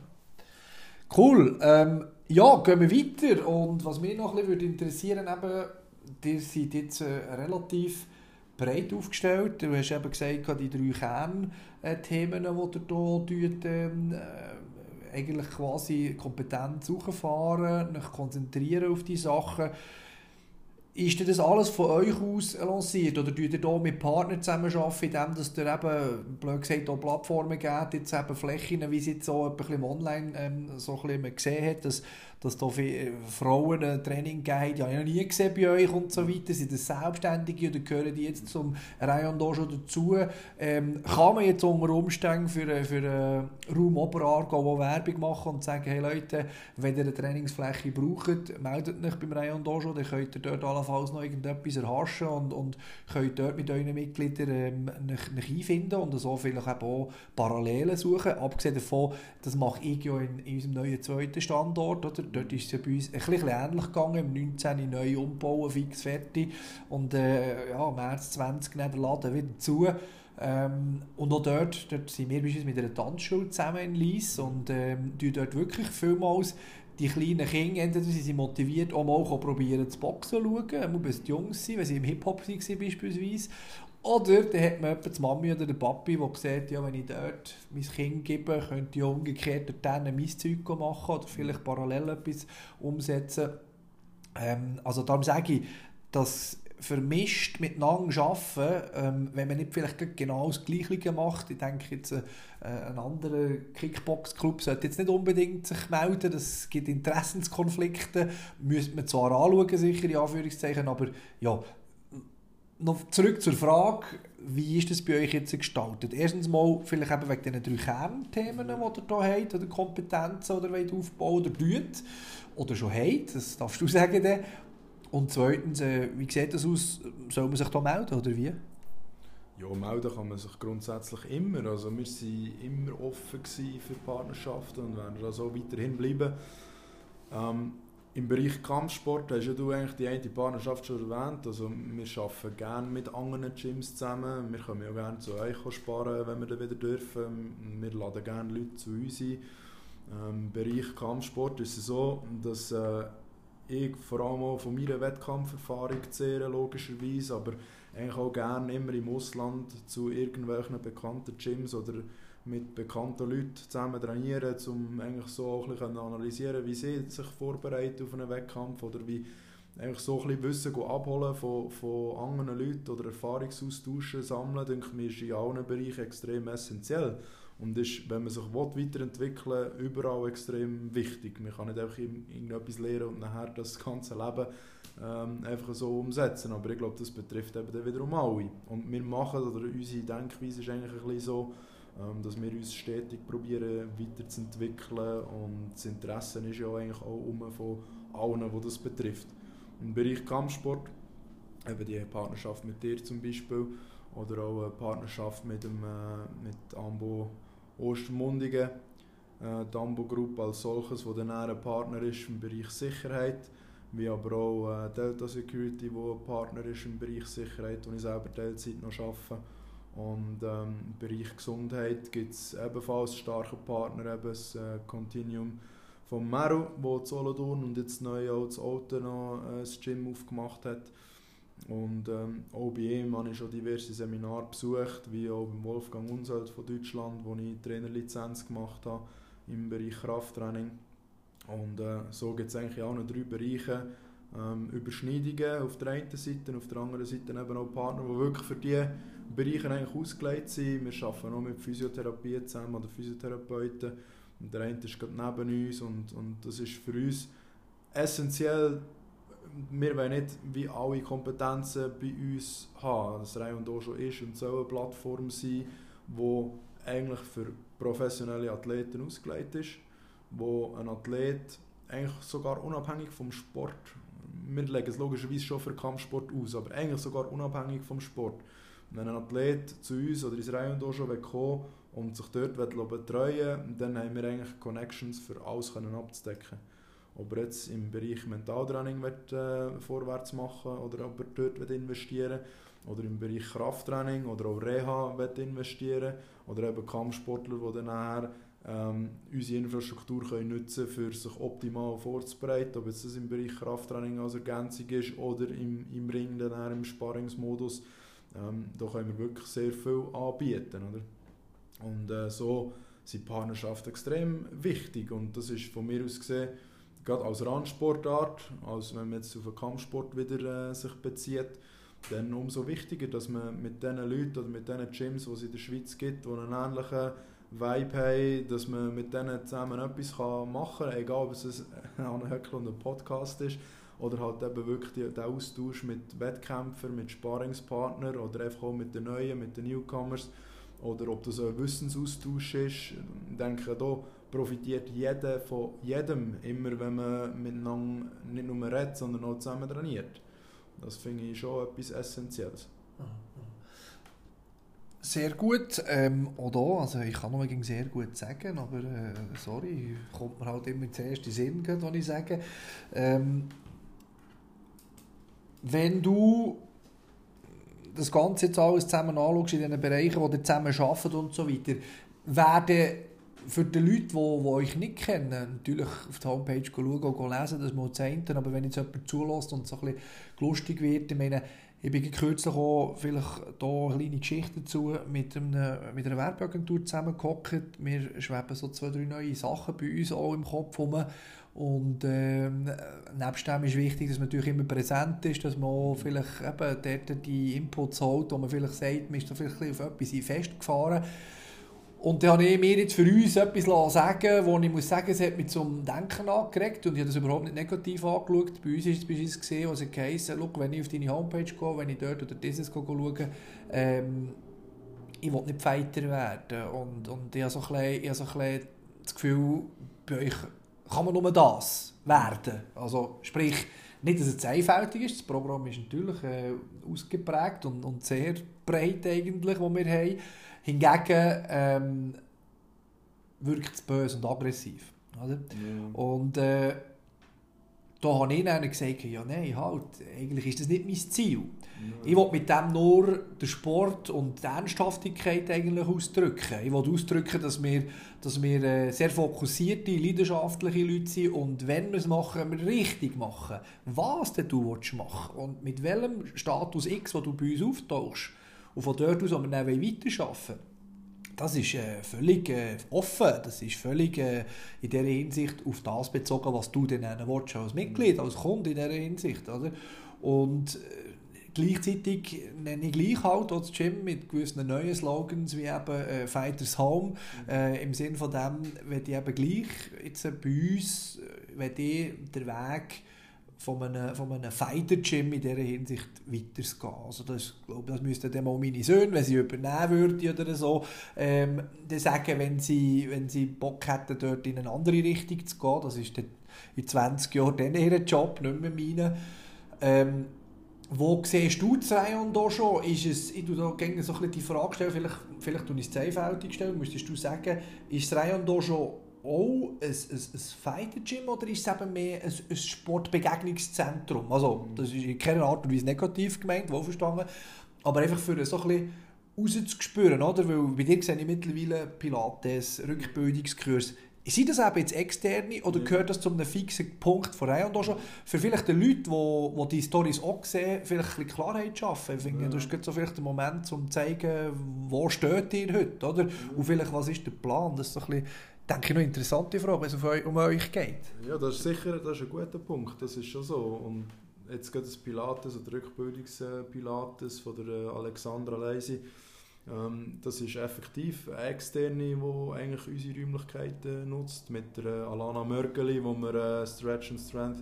Cool. Ja, gehen wir weiter. Und was mich noch ein bisschen interessieren würde, ihr seid jetzt relativ breit aufgestellt. Du hast eben gesagt, die 3 Kernthemen, die ihr hier eigentlich quasi Kompetenz hochfahren, euch konzentrieren auf die Sachen. Ist das alles von euch aus lanciert oder arbeitet ihr hier mit Partnern zusammenarbeiten, indem dass ihr eben, blöd gesagt, auch Plattformen gebt, jetzt eben Flächen, wie es jetzt so ein bisschen online so ein bisschen gesehen hat, dass da viele Frauen ein Training gegeben haben, die habe ich noch nie gesehen bei euch und so weiter. Sind das Selbstständige oder gehören die jetzt zum Rayon Dojo dazu? Kann man jetzt unter Umständen für Raum Oberaargau auch Werbung machen und sagen, hey Leute, wenn ihr eine Trainingsfläche braucht, meldet euch beim Rayon Dojo, dann könnt ihr dort allenfalls noch irgendetwas erhaschen und könnt dort mit euren Mitgliedern euch einfinden und so vielleicht eben auch Parallelen suchen. Abgesehen davon, das mache ich ja in unserem neuen zweiten Standort, oder? Dort ist es ja bei uns ein bisschen ähnlich gegangen, im 19. neu umbauen, fix fertig und im März 20 nehmen der Laden wieder zu. Und auch dort sind wir beispielsweise mit einer Tanzschule zusammen in Lyss und dort wirklich vielmals die kleinen Kinder, entweder sie sind motiviert, auch mal probieren zu boxen zu schauen, wenn sie jung sind, wenn sie im Hip-Hop waren beispielsweise. Oder dann hat man die Mami oder den Papi, der sagt, ja, wenn ich dort mein Kind gebe, könnte ich umgekehrt dort mein Zeug machen oder vielleicht parallel etwas umsetzen. Also darum sage ich, dass vermischt miteinander arbeiten, wenn man nicht vielleicht genau das Gleiche macht. Ich denke jetzt, ein anderer Kickbox-Club sollte jetzt nicht unbedingt sich melden, es gibt Interessenskonflikte, müsste man zwar anschauen, sicher in Anführungszeichen, aber ja, noch zurück zur Frage, wie ist das bei euch jetzt gestaltet? Erstens mal vielleicht eben wegen diesen 3 Kernthemen, die ihr hier habt, oder Kompetenzen oder wollt aufbauen oder tut, oder schon habt, das darfst du sagen dann. Und zweitens, wie sieht das aus? Soll man sich da melden oder wie? Ja, melden kann man sich grundsätzlich immer. Also wir waren immer offen für Partnerschaften und werden das auch weiterhin bleiben. Im Bereich Kampfsport hast ja du eigentlich die eine Partnerschaft schon erwähnt. Also wir arbeiten gerne mit anderen Gyms zusammen. Wir können ja gerne zu euch sparen, wenn wir dann wieder dürfen. Wir laden gerne Leute zu uns ein. Im Bereich Kampfsport ist es so, dass ich vor allem auch von meiner Wettkampferfahrung zehre, logischerweise, aber eigentlich auch gerne immer im Ausland zu irgendwelchen bekannten Gyms oder mit bekannten Leuten zusammen trainieren, um eigentlich so auch ein bisschen analysieren, wie sie sich vorbereiten auf einen Wettkampf oder wie eigentlich so ein bisschen Wissen abholen von anderen Leuten oder Erfahrungsaustauschen sammeln, denke ich, mir ist in allen Bereichen extrem essentiell. Und ist, wenn man sich weiterentwickeln will, überall extrem wichtig. Man kann nicht einfach irgendetwas lernen und nachher das ganze Leben einfach so umsetzen. Aber ich glaube, das betrifft eben dann wiederum alle. Und wir machen, oder unsere Denkweise ist eigentlich ein bisschen so, dass wir uns stetig probieren weiterzuentwickeln. Und das Interesse ist ja eigentlich auch von allen, die das betrifft. Im Bereich Kampfsport, eben die Partnerschaft mit dir zum Beispiel, oder auch eine Partnerschaft mit Ambo Ostermundigen, die Ambo Group als solches, wo dann ein Partner ist im Bereich Sicherheit, wie aber auch Delta Security, wo ein Partner ist im Bereich Sicherheit, wo ich selber Teilzeit noch arbeite. Und im Bereich Gesundheit gibt es ebenfalls starke Partner, eben das Continuum von Meru, wo in Solothurn und jetzt neu auch das Auto noch ein Gym aufgemacht hat. Und auch bei ihm habe ich schon diverse Seminare besucht, wie auch beim Wolfgang Unselt von Deutschland, wo ich Trainerlizenz gemacht habe im Bereich Krafttraining. Und so gibt es eigentlich auch noch 3 Bereiche. Überschneidungen auf der einen Seite, auf der anderen Seite eben auch Partner, die wirklich für diese Bereiche eigentlich ausgelegt sind. Wir arbeiten auch mit Physiotherapie zusammen oder Physiotherapeuten. Und der eine ist gerade neben uns und das ist für uns essentiell. Wir wollen nicht wie alle Kompetenzen bei uns haben. Das Rayon Dojo ist und soll eine Plattform sein, die eigentlich für professionelle Athleten ausgelegt ist, wo ein Athlet eigentlich sogar unabhängig vom Sport, wir legen es logischerweise schon für Kampfsport aus, aber eigentlich sogar unabhängig vom Sport. Wenn ein Athlet zu uns oder ins Rayon Dojo kommen und sich dort betreuen will, dann haben wir eigentlich Connections für alles abzudecken. Ob er jetzt im Bereich Mentaltraining vorwärts machen oder ob er dort investieren will, oder im Bereich Krafttraining oder auch Reha investieren oder eben Kampfsportler, die dann nachher unsere Infrastruktur können nutzen können, für sich optimal vorzubereiten, ob jetzt das im Bereich Krafttraining als Ergänzung ist oder im Ring, dann im Sparringsmodus. Da können wir wirklich sehr viel anbieten. Oder? Und so sind Partnerschaften extrem wichtig und das ist von mir aus gesehen gerade als Randsportart, als wenn man jetzt auf den Kampfsport wieder sich bezieht, dann umso wichtiger, dass man mit diesen Leuten oder mit diesen Gyms, die es in der Schweiz gibt, die einen ähnlichen Vibe haben, dass man mit denen zusammen etwas machen kann, egal ob es ein Höckl und ein Podcast ist oder halt eben wirklich der Austausch mit Wettkämpfern, mit Sparringspartnern oder einfach auch mit den Neuen, mit den Newcomers oder ob das ein Wissensaustausch ist. Ich denke, da profitiert jeder von jedem, immer wenn man miteinander nicht nur redet, sondern auch zusammen trainiert. Das finde ich schon etwas Essentielles. Sehr gut, auch da, also ich kann nur gegen sehr gut sagen, aber sorry, kommt mir halt immer zuerst in den Sinn, wenn ich sage. Wenn du das Ganze jetzt alles zusammen anschaust, in den Bereichen, wo ihr zusammen arbeitet und so weiter, werden für die Leute, die euch nicht kennen, natürlich auf die Homepage schauen und lesen, das mal zu enten, aber wenn jetzt jemand zulässt und so ein bisschen lustig wird, ich meine, ich bin kürzlich auch vielleicht da eine kleine Geschichte dazu mit einer Werbeagentur zusammengehockt. Wir schweben so 2-3 neue Sachen bei uns auch im Kopf rum. Und nebst dem ist wichtig, dass man natürlich immer präsent ist, dass man auch vielleicht eben dort die Inputs holt, wo man vielleicht sagt, man ist da vielleicht auf etwas festgefahren. Und dann habe ich mir jetzt für uns etwas sagen, wo ich muss sagen, es hat mich zum Denken angeregt und ich habe das überhaupt nicht negativ angeschaut. Bei uns ist es beispielsweise gesehen, was es heisst, wenn ich auf deine Homepage gehe, wenn ich dort oder dieses schaue, ich will nicht Fighter werden. Und ich habe so ein bisschen das Gefühl, bei euch kann man nur das werden. Also sprich, nicht, dass es einfältig ist, das Programm ist natürlich ausgeprägt und sehr breit eigentlich, was wir haben. Hingegen wirkt es böse und aggressiv. Oder? Ja. Und da habe ich dann gesagt, ja nein, halt, eigentlich ist das nicht mein Ziel. Ja. Ich will mit dem nur den Sport und die Ernsthaftigkeit eigentlich ausdrücken. Ich will ausdrücken, dass wir sehr fokussierte, leidenschaftliche Leute sind und wenn wir es machen, wir richtig machen. Was denn du machen willst und mit welchem Status X, den du bei uns auftauchst, und von dort aus, wo wir dann weiterarbeiten wollen, das ist völlig offen, das ist völlig in dieser Hinsicht auf das bezogen, was du dann willst, als Mitglied, als Kunde in dieser Hinsicht. Oder? Und gleichzeitig nenne ich gleich halt das Gym mit gewissen neuen Slogans wie eben Fighters Home. Im Sinne von dem, wenn ich eben gleich jetzt bei uns, wenn ich den Weg von einem Fighter-Gym in dieser Hinsicht weiterzugehen. Also das, glaube ich, das müssten dann mal meine Söhne, wenn sie übernehmen würden oder so, dann sagen, wenn sie Bock hätten, dort in eine andere Richtung zu gehen. Das ist dann in 20 Jahren dann ihr Job, nicht mehr meine. Wo siehst du das Rayon da schon? Ist es, ich stelle da gerne so ein bisschen die Frage stellen, vielleicht tue ich es zweifeldig stellen, müsstest du sagen, ist das Rayon da schon auch ein Fighter-Gym oder ist es eben mehr ein Sportbegegnungszentrum? Also, das ist in keiner Art und Weise negativ gemeint, wohlverstanden, aber einfach für so ein bisschen rauszuspüren, oder? Weil bei dir sehe ich mittlerweile Pilates, Rückbildungskurs. Sind das eben jetzt externe oder gehört das zu einem fixen Punkt von Rayon da schon? Für vielleicht die Leute, die die Storys auch sehen, vielleicht ein bisschen Klarheit schaffen. Ich finde, das ist so vielleicht der Moment, um zu zeigen, wo steht ihr heute, oder? Und vielleicht, was ist der Plan? Das ist so ein bisschen, denke ich, eine interessante Frage, wenn es um euch geht. Ja, das ist sicher ein guter Punkt, das ist schon so. Und jetzt geht das Pilates oder Rückbildungspilates von der Alexandra Leisi. Das ist effektiv eine Externe, die eigentlich unsere Räumlichkeiten nutzt, mit der Alana Mörgeli, wo wir Stretch and Strength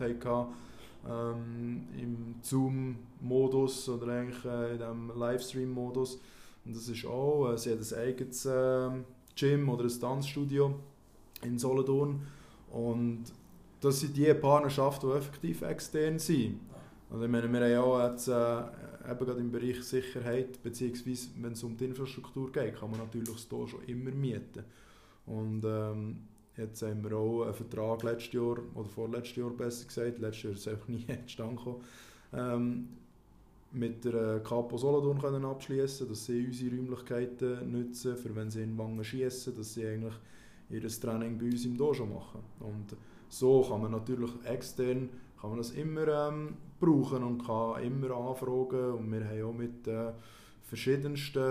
hatten, im Zoom-Modus oder eigentlich in diesem Livestream-Modus. Und das ist auch, sie hat ein eigenes Gym oder ein Tanzstudio in Solothurn. Und das sind die Partnerschaften, die effektiv extern sind. Also ich meine, wir haben auch jetzt, eben gerade im Bereich Sicherheit, beziehungsweise wenn es um die Infrastruktur geht, kann man natürlich das hier schon immer mieten. Und jetzt haben wir auch einen Vertrag letztes Jahr, oder vorletztes Jahr besser gesagt, letztes Jahr ist es einfach nie zustande gekommen, mit der Capo Solothurn können abschließen, dass sie unsere Räumlichkeiten nutzen, für wenn sie in Wangen schiessen, dass sie eigentlich ihr Training bei uns im Dojo machen. Und so kann man natürlich extern kann man das immer brauchen und kann immer anfragen. Und wir haben auch mit verschiedensten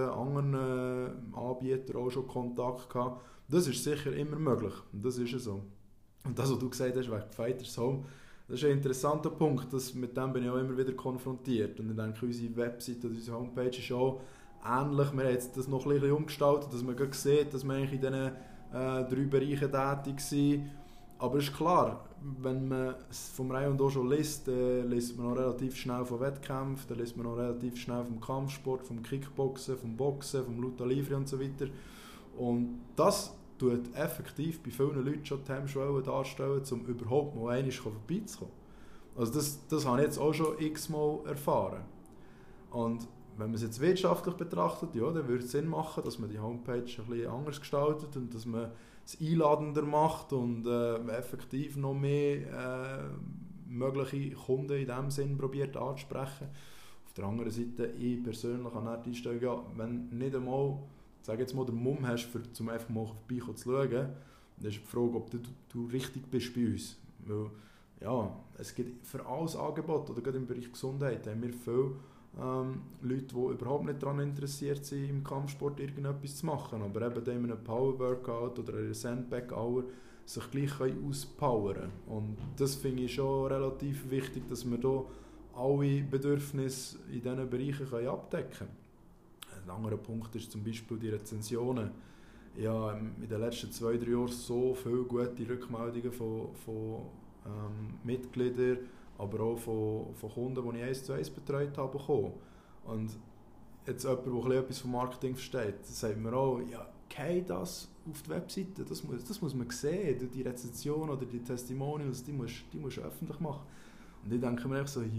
anderen Anbietern auch schon Kontakt gehabt. Das ist sicher immer möglich. Das ist so. Und das, was du gesagt hast, wegen Fighters Home, das ist ein interessanter Punkt, mit dem bin ich auch immer wieder konfrontiert. Und ich denke, unsere Webseite und unsere Homepage ist auch ähnlich. Wir haben jetzt das noch ein bisschen umgestaltet, dass man sieht, dass wir eigentlich in diesen 3 Bereichen tätig sind. Aber es ist klar, wenn man es vom Reihe und auch schon liest, liest man noch relativ schnell von Wettkämpfen, dann liest man noch relativ schnell vom Kampfsport, vom Kickboxen, vom Boxen, vom Luta Livre und so weiter. Und das tut effektiv bei vielen Leuten schon die Hemmschwelle darstellen, um überhaupt mal einmal vorbeizukommen. Also das habe ich jetzt auch schon x-mal erfahren. Und wenn man es jetzt wirtschaftlich betrachtet, ja, dann würde es Sinn machen, dass man die Homepage ein bisschen anders gestaltet und dass man es einladender macht und effektiv noch mehr mögliche Kunden in diesem Sinn probiert anzusprechen. Auf der anderen Seite, ich persönlich habe nicht die Einstellung, ja, wenn nicht einmal, sag jetzt mal, den Mumm hast, um einfach mal vorbei zu schauen, dann ist die Frage, ob du richtig bist bei uns. Weil, ja, es gibt für alles Angebot, oder gerade im Bereich Gesundheit, haben wir viele Leute, die überhaupt nicht daran interessiert sind, im Kampfsport irgendetwas zu machen, aber eben in einem Power-Workout oder einer Sandbag-Hour sich gleich auspowern können. Und das finde ich schon relativ wichtig, dass wir hier alle Bedürfnisse in diesen Bereichen abdecken können. Ein anderer Punkt ist zum Beispiel die Rezensionen. Ich habe in den letzten 2-3 Jahren so viele gute Rückmeldungen von Mitgliedern, aber auch von Kunden, die ich 1:1 betreut habe, bekommen. Und jetzt jemand, der etwas vom Marketing versteht, sagt mir auch, ja, geh das auf die Webseite, das muss man sehen, die Rezension oder die Testimonials, die musst du öffentlich machen. Und ich denke mir einfach so,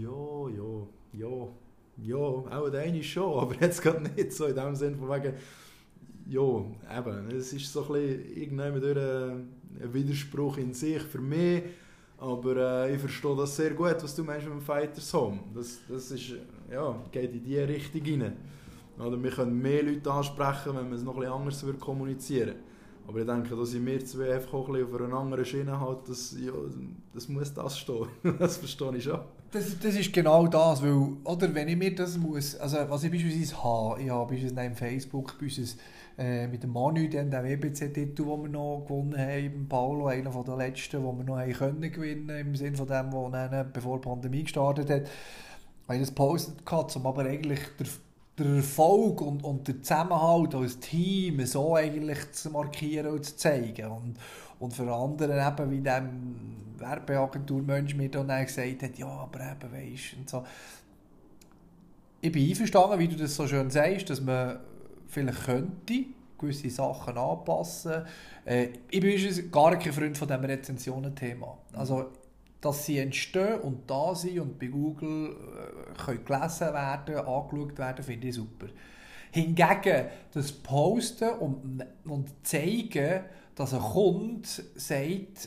ja, auch der eine schon, aber jetzt gerade nicht so in dem Sinne von wegen, ja, eben, es ist so ein bisschen irgendwann ein Widerspruch in sich für mich. Aber ich verstehe das sehr gut, was du meinst mit dem Fighters Home. Das ist, ja, geht in diese Richtung rein. Oder wir können mehr Leute ansprechen, wenn wir es noch ein bisschen anders kommunizieren würden. Aber ich denke, da sind wir zwei einfach auch ein bisschen auf einer anderen Schiene halt, das muss das stehen. Das verstehe ich schon. Das ist genau das, weil, oder, wenn ich mir das muss, also was ich beispielsweise habe, ich habe beispielsweise im Facebook mit dem Manu, den WBC-Titel, den wir noch gewonnen haben, mit Paolo, einer der letzten, den wir noch haben können gewinnen, im Sinne von dem, der dann, bevor die Pandemie gestartet hat, habe ich das gepostet gehabt, um aber eigentlich der Erfolg und der Zusammenhalt als Team so eigentlich zu markieren und zu zeigen. Und für andere eben, wie der Werbeagenturmensch mir dann gesagt hat, ja, aber eben, weisst und so. Ich bin einverstanden, wie du das so schön sagst, dass man vielleicht könnte gewisse Sachen anpassen. Ich bin gar kein Freund von diesem Rezensionen-Thema. Also, dass sie entstehen und da sind und bei Google können gelesen werden, angeschaut werden, finde ich super. Hingegen das Posten und zeigen, dass ein Kunde sagt,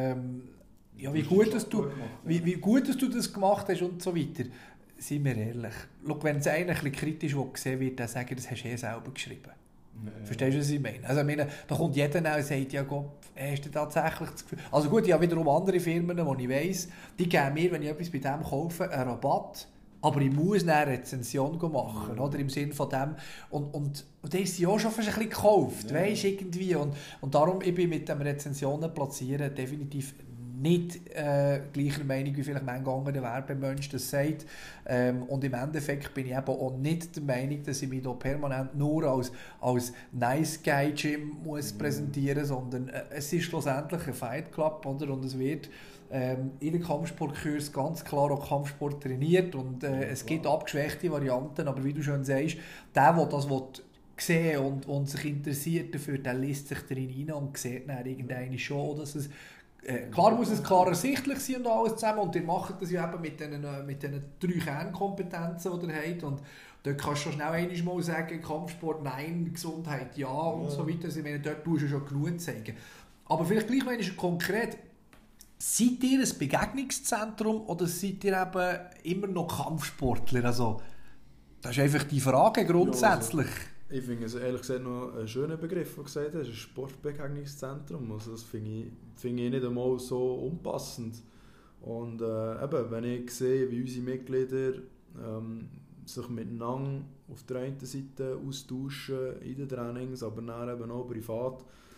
ja, wie gut dass du das gemacht hast und so weiter. Seien wir ehrlich. Schau, wenn es eigentlich ein bisschen kritisch gesehen wird, dann sagen, das hast du selber geschrieben. Nee. Verstehst du, was ich meine? Also, da kommt jeder und sagt, ja Gott, hast du tatsächlich das Gefühl... Also gut, ich habe wiederum andere Firmen, die ich weiss, die geben mir, wenn ich etwas bei dem kaufe, einen Rabatt, aber ich muss eine Rezension machen, oder? Im Sinne von dem. Und da ist sie auch schon fast ein bisschen gekauft, weisst, irgendwie. Und darum, ich bin mit dem Rezensionen platzieren definitiv nicht gleicher Meinung, wie vielleicht mein anderer Werbemensch das sagt. Und im Endeffekt bin ich eben auch nicht der Meinung, dass ich mich hier permanent nur als Nice Guy Gym muss präsentieren, sondern es ist schlussendlich ein Fight Club, oder? Und es wird in den Kampfsportkurs ganz klar auch Kampfsport trainiert und es gibt abgeschwächte Varianten, aber wie du schon sagst, der das sehen und sich interessiert dafür, der liest sich darin rein und sieht dann irgendwann schon, dass es klar muss es klar ersichtlich sein und alles zusammen und ihr macht das ja eben mit diesen 3 Kernkompetenzen, die ihr habt und dort kannst du schnell einmal mal sagen, Kampfsport nein, Gesundheit ja und so weiter. Also ich meine, dort tust du schon genug zeigen. Aber vielleicht gleich mal konkret, seid ihr ein Begegnungszentrum oder seid ihr eben immer noch Kampfsportler? Also, das ist einfach die Frage grundsätzlich. Ja, also, ich finde es ehrlich gesagt noch einen schönen Begriff, den du gesagt hast, ein Sportbegegnungszentrum. Also das finde ich nicht einmal so unpassend. Und eben, wenn ich sehe, wie unsere Mitglieder sich miteinander auf der einen Seite austauschen in den Trainings, aber dann eben auch privat,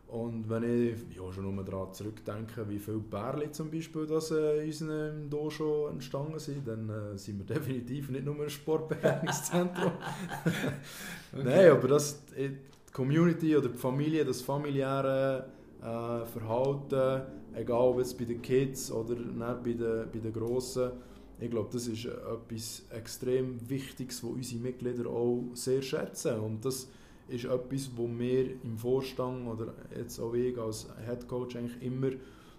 Und wenn ich schon nur daran zurückdenke, wie viele Bärli zum Beispiel das in unserem Dojo entstanden sind, dann sind wir definitiv nicht nur ein Sportbegegnungszentrum. Okay. Nein, aber die Community oder die Familie, das familiäre Verhalten, egal ob jetzt bei den Kids oder nicht bei den Grossen, ich glaube, das ist etwas extrem Wichtiges, was unsere Mitglieder auch sehr schätzen. Und das ist etwas, wo wir im Vorstand oder jetzt auch ich als Head Coach eigentlich immer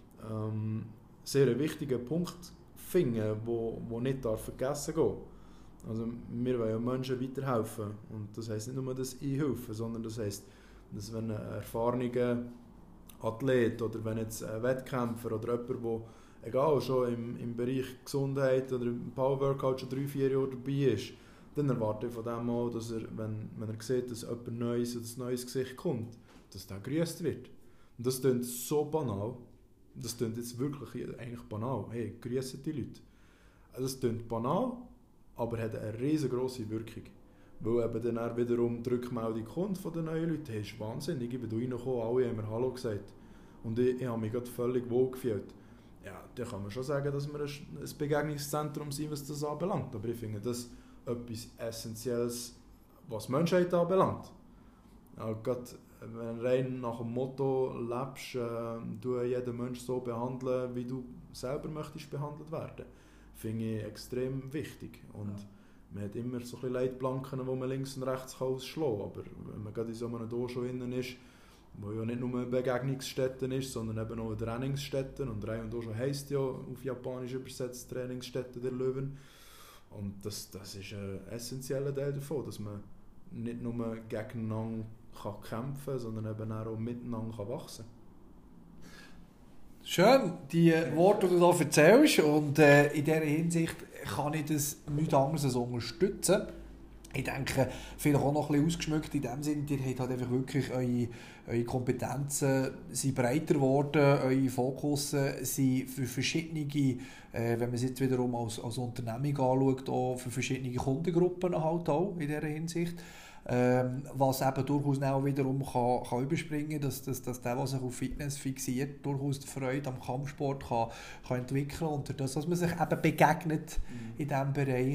sehr einen wichtigen Punkt finden, wo nicht vergessen gehen darf. Also wir wollen ja Menschen weiterhelfen und das heisst nicht nur, dass ich helfe, sondern das heisst, dass wenn ein erfahrener Athlet oder wenn jetzt ein Wettkämpfer oder jemand, der egal schon im Bereich Gesundheit oder im Power-Workout schon 3-4 Jahre dabei ist, dann erwarte ich von dem auch, dass er, wenn er sieht, dass jemand Neues oder ein neues Gesicht kommt, dass der gegrüßt wird. Und das klingt so banal. Das klingt jetzt wirklich eigentlich banal. Hey, grüßen die Leute. Also das klingt banal, aber hat eine riesengroße Wirkung. Weil eben dann wiederum die Rückmeldung kommt von den neuen Leuten. Hey, ist wahnsinnig. Ich bin reingekommen, alle haben mir Hallo gesagt. Und ich habe mich gerade völlig wohl gefühlt. Ja, dann kann man schon sagen, dass wir ein Begegnungszentrum sind, was das anbelangt. Aber ich finde das etwas Essentielles, was die Menschheit anbelangt. Ja, gerade wenn du rein nach dem Motto lebst, du jeden Menschen so behandeln, wie du selber möchtest behandelt werden, finde ich extrem wichtig. Und man hat immer so ein bisschen Leitplanken, die man links und rechts ausschlagen kann. Aber wenn man gerade in so einem Dojo innen ist, wo ja nicht nur eine Begegnungsstätte ist, sondern eben auch eine Trainingsstätte, und Reion Dojo heisst ja auf Japanisch übersetzt Trainingsstätte der Löwen. Und das ist ein essentieller Teil davon, dass man nicht nur gegeneinander kämpfen kann, sondern eben auch miteinander wachsen kann. Schön, die Worte, die du hier erzählst. Und in dieser Hinsicht kann ich das nichts anderes als unterstützen. Ich denke, vielleicht auch noch ein bisschen ausgeschmückt in dem Sinne, ihr habt halt einfach wirklich eure Kompetenzen sind breiter geworden, eure Fokus sind für verschiedene, wenn man es jetzt wiederum als Unternehmung anschaut, auch für verschiedene Kundengruppen halt auch in dieser Hinsicht. Was eben durchaus auch wiederum kann überspringen, dass der, was sich auf Fitness fixiert, durchaus die Freude am Kampfsport kann entwickeln und das, was man sich eben begegnet in diesem Bereich.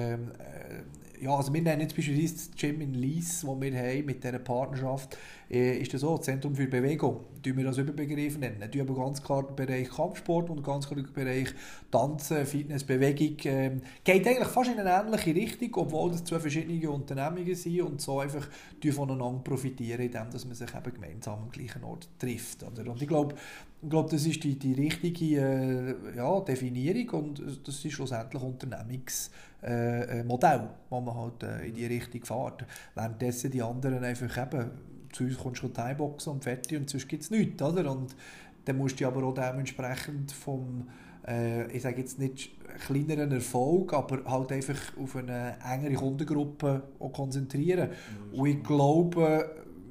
Ja, also wir nennen jetzt beispielsweise das Gym in Lies, das wir haben mit dieser Partnerschaft, ist das so, Zentrum für Bewegung, wir das Überbegriff nennen. Wir aber ganz klar den Bereich Kampfsport und ganz klar den Bereich Tanzen, Fitness, Bewegung. Geht eigentlich fast in eine ähnliche Richtung, obwohl das zwei verschiedene Unternehmungen sind und so einfach voneinander profitieren, indem dass man sich eben gemeinsam am gleichen Ort trifft. Oder? Und ich glaube, das ist die richtige Definierung und das ist schlussendlich Unternehmungsmodell, wo man halt in die Richtung fährt. Währenddessen die anderen einfach eben, zu uns kommst du Thai-Boxen und fertig und sonst gibt es nichts. Oder? Und dann musst du dich aber auch dementsprechend vom, ich sage jetzt nicht kleineren Erfolg, aber halt einfach auf eine engere Kundengruppe auch konzentrieren. Und ich glaube,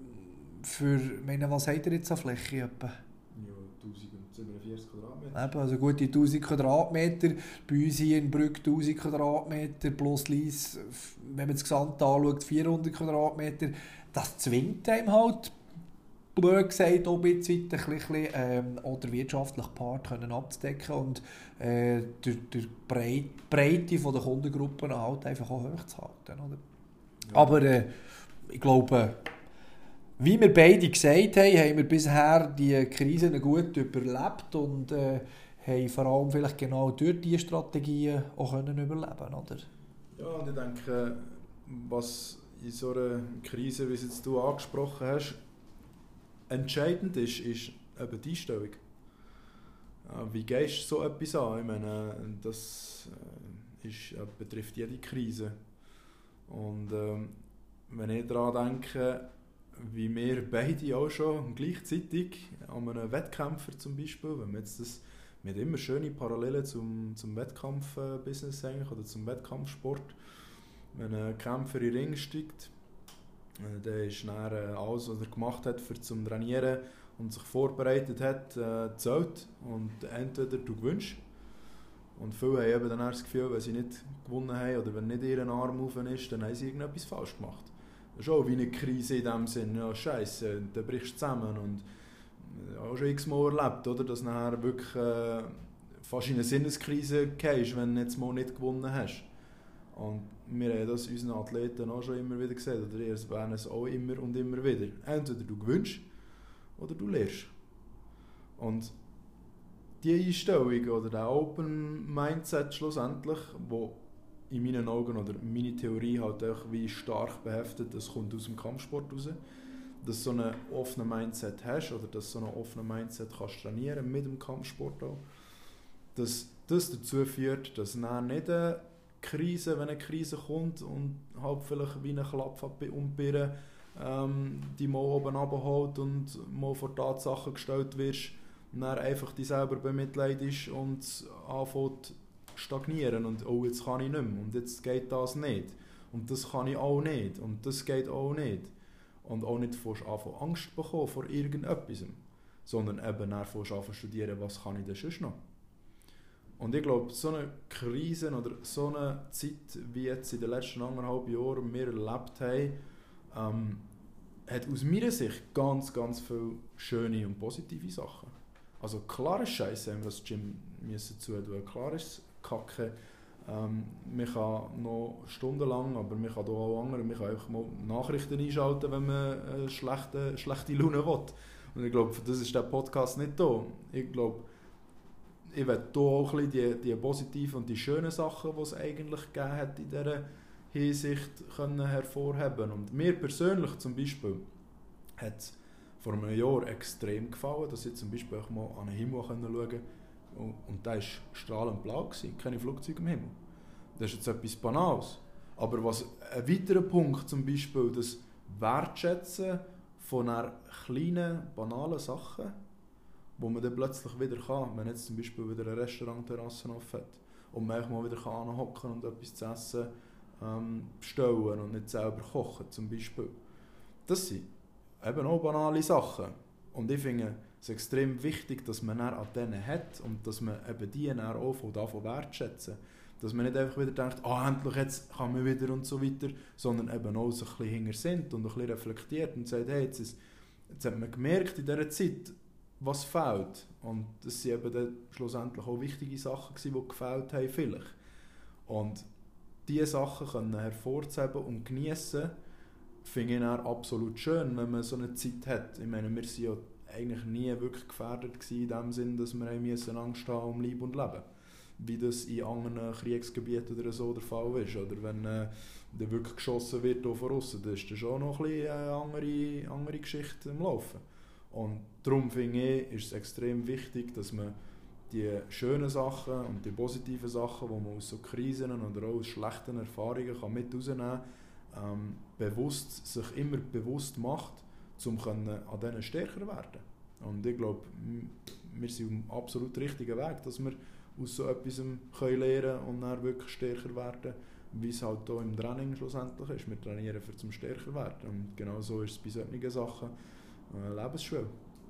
was habt ihr jetzt an Fläche? Etwa? 1047 Quadratmeter. Also gute 1000 Quadratmeter. Bei uns hier in Brügg 1000 Quadratmeter plus Lies, wenn man das Gesamte anschaut, 400 Quadratmeter. Das zwingt einem halt, blöd gesagt, auch ein bisschen auch den wirtschaftlichen Part abzudecken und die Breite der Kundengruppen halt einfach auch hoch zu halten. Oder? Ja. Aber ich glaube, wie wir beide gesagt haben, haben wir bisher die Krisen gut überlebt und haben vor allem vielleicht genau durch diese Strategien auch überleben können, oder? Ja, und ich denke, was in so einer Krise, wie es jetzt du angesprochen hast, entscheidend ist eben die Einstellung. Wie gehst du so etwas an? Ich meine, das betrifft jede Krise. Und wenn ich daran denke, wie wir beide auch schon gleichzeitig an einem Wettkämpfer zum Beispiel, wenn wir jetzt wir haben immer schöne Parallelen zum Wettkampfbusiness eigentlich, oder zum Wettkampfsport. Wenn ein Kämpfer in den Ring steigt, dann ist dann alles, was er gemacht hat zum Trainieren und sich vorbereitet hat, zählt. Und entweder du gewinnst. Und viele haben eben dann das Gefühl, wenn sie nicht gewonnen haben oder wenn nicht ihr Arm auf ist, dann haben sie irgendetwas falsch gemacht. Das ist auch wie eine Krise in dem Sinn. Ja, Scheiße, dann brichst du zusammen. Und auch schon x-mal erlebt, oder? Dass du nachher wirklich fast in eine Sinneskrise gehst, wenn du jetzt mal nicht gewonnen hast. Und wir haben das unseren Athleten auch schon immer wieder gesehen, oder ihr werden es auch immer und immer wieder. Entweder du gewinnst oder du lernst. Und die Einstellung oder der Open Mindset schlussendlich, wo in meinen Augen oder meine Theorie halt auch wie stark behaftet, das kommt aus dem Kampfsport raus, dass du so einen offenen Mindset hast oder dass du so einen offenen Mindset kannst trainieren mit dem Kampfsport auch, dass das dazu führt, dass dann nicht eine Krise, wenn eine Krise kommt und halt vielleicht wie eine Klappe umbirren, die mal oben runterholt und mal vor Tatsachen gestellt wirst, und dann einfach dich selber bemitleidest und anfängt stagnieren und «Oh, jetzt kann ich nicht mehr» und «Jetzt geht das nicht» und «Das kann ich auch nicht» und «Das geht auch nicht». Und auch nicht anfangen Angst bekommen vor irgendetwas, sondern eben anfangen studieren, was kann ich denn sonst noch. Und ich glaube, so eine Krise oder so eine Zeit, wie jetzt in den letzten 1,5 Jahren wir erlebt haben, hat aus meiner Sicht ganz, ganz viele schöne und positive Sachen. Also klar ist Scheiße, haben wir das Gym müssen zutun. Klar ist Kacke. Man kann noch stundenlang, aber man kann auch andere, man kann einfach mal Nachrichten einschalten, wenn man schlechte Laune will. Und ich glaube, das ist der Podcast nicht da. Ich glaube, ich werde hier auch ein bisschen die positiven und die schönen Sachen, die es eigentlich gegeben hat in dieser Hinsicht, können hervorheben. Und mir persönlich zum Beispiel hat es vor einem Jahr extrem gefallen, dass ich zum Beispiel auch mal an den Himmel schauen konnte. Und der war strahlend blau, keine Flugzeuge im Himmel. Das ist jetzt etwas Banales. Aber was ein weiterer Punkt zum Beispiel, das Wertschätzen von einer kleinen, banalen Sache, wo man dann plötzlich wieder kann, wenn jetzt zum Beispiel wieder eine Restaurantterrasse offen hat und man mal wieder anhocken und etwas zu essen bestellen und nicht selber kochen zum Beispiel. Das sind eben auch banale Sachen. Und ich finde es extrem wichtig, dass man dann an denen hat und dass man eben die dann auch davon wertschätzen. Dass man nicht einfach wieder denkt, endlich jetzt kann man wieder und so weiter, sondern eben auch so ein bisschen hinter sind und ein bisschen reflektiert und sagt, hey, jetzt hat man gemerkt in dieser Zeit, was fehlt. Und das sind eben dann schlussendlich auch wichtige Sachen gewesen, die gefehlt haben vielleicht. Und diese Sachen können hervorzuheben und genießen, finde ich dann absolut schön, wenn man so eine Zeit hat. Ich meine, wir waren ja eigentlich nie wirklich gefährdet gewesen, in dem Sinn, dass wir Angst haben um Leib und Leben. Wie das in anderen Kriegsgebieten oder so der Fall ist. Oder wenn da wirklich geschossen wird hier von außen, dann ist das schon noch ein bisschen eine andere Geschichte im Laufen. Und darum finde ich, ist es extrem wichtig, dass man die schönen Sachen und die positiven Sachen, die man aus so Krisen oder auch aus schlechten Erfahrungen kann mit rausnehmen kann, sich immer bewusst macht, um an denen stärker zu werden. Und ich glaube, wir sind auf dem absolut richtigen Weg, dass wir aus so etwas lernen können und dann wirklich stärker werden, wie es halt auch im Training schlussendlich ist. Wir trainieren zum stärker werden. Und genau so ist es bei solchen Sachen Lebensschule.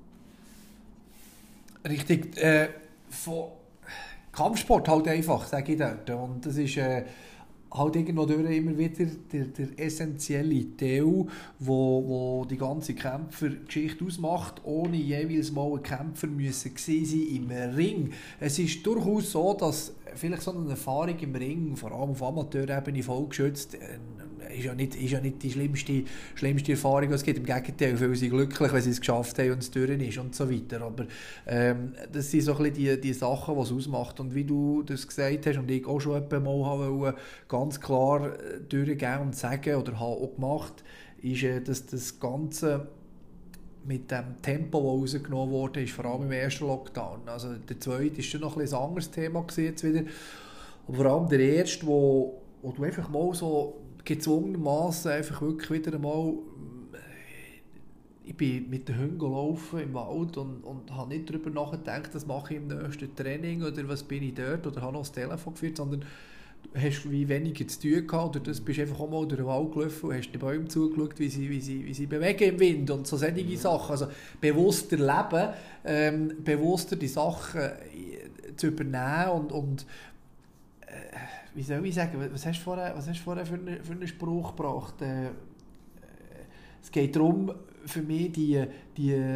Richtig. Von Kampfsport halt einfach, sage ich dort. Und das ist halt irgendwo durch immer wieder der essentielle Teil, wo die ganze Kämpfergeschichte ausmacht, ohne jeweils mal ein Kämpfer müssen gewesen sein im Ring. Es ist durchaus so, dass vielleicht so eine Erfahrung im Ring, vor allem auf Amateurebene, voll geschützt, ist ja nicht die schlimmste Erfahrung, die es gibt. Im Gegenteil, viele sind glücklich, wenn sie es geschafft haben und es durch ist und so weiter. Aber das sind so ein bisschen die Sachen, die es ausmacht. Und wie du das gesagt hast und ich auch schon etwa mal wollte, ganz klar durchgehen und sagen oder habe auch gemacht, ist, dass das Ganze mit dem Tempo, das rausgenommen wurde, ist vor allem im ersten Lockdown. Also der zweite war schon noch ein anderes Thema jetzt wieder. Aber vor allem der erste, wo du einfach mal so gezwungenermassen einfach wirklich wieder einmal, ich bin mit den Hunden laufen im Wald und habe nicht darüber nachgedacht, was mache ich im nächsten Training oder was bin ich dort oder habe noch das Telefon geführt, sondern du hast wie weniger zu tun gehabt oder das bist einfach auch mal durch den Wald gelaufen und hast den Bäumen zugeschaut, wie sie bewegen im Wind und so solche Sachen. Also bewusster leben, bewusster die Sachen zu übernehmen und wie soll ich sagen, was hast du vorher für einen Spruch gebracht? Es geht darum, für mich die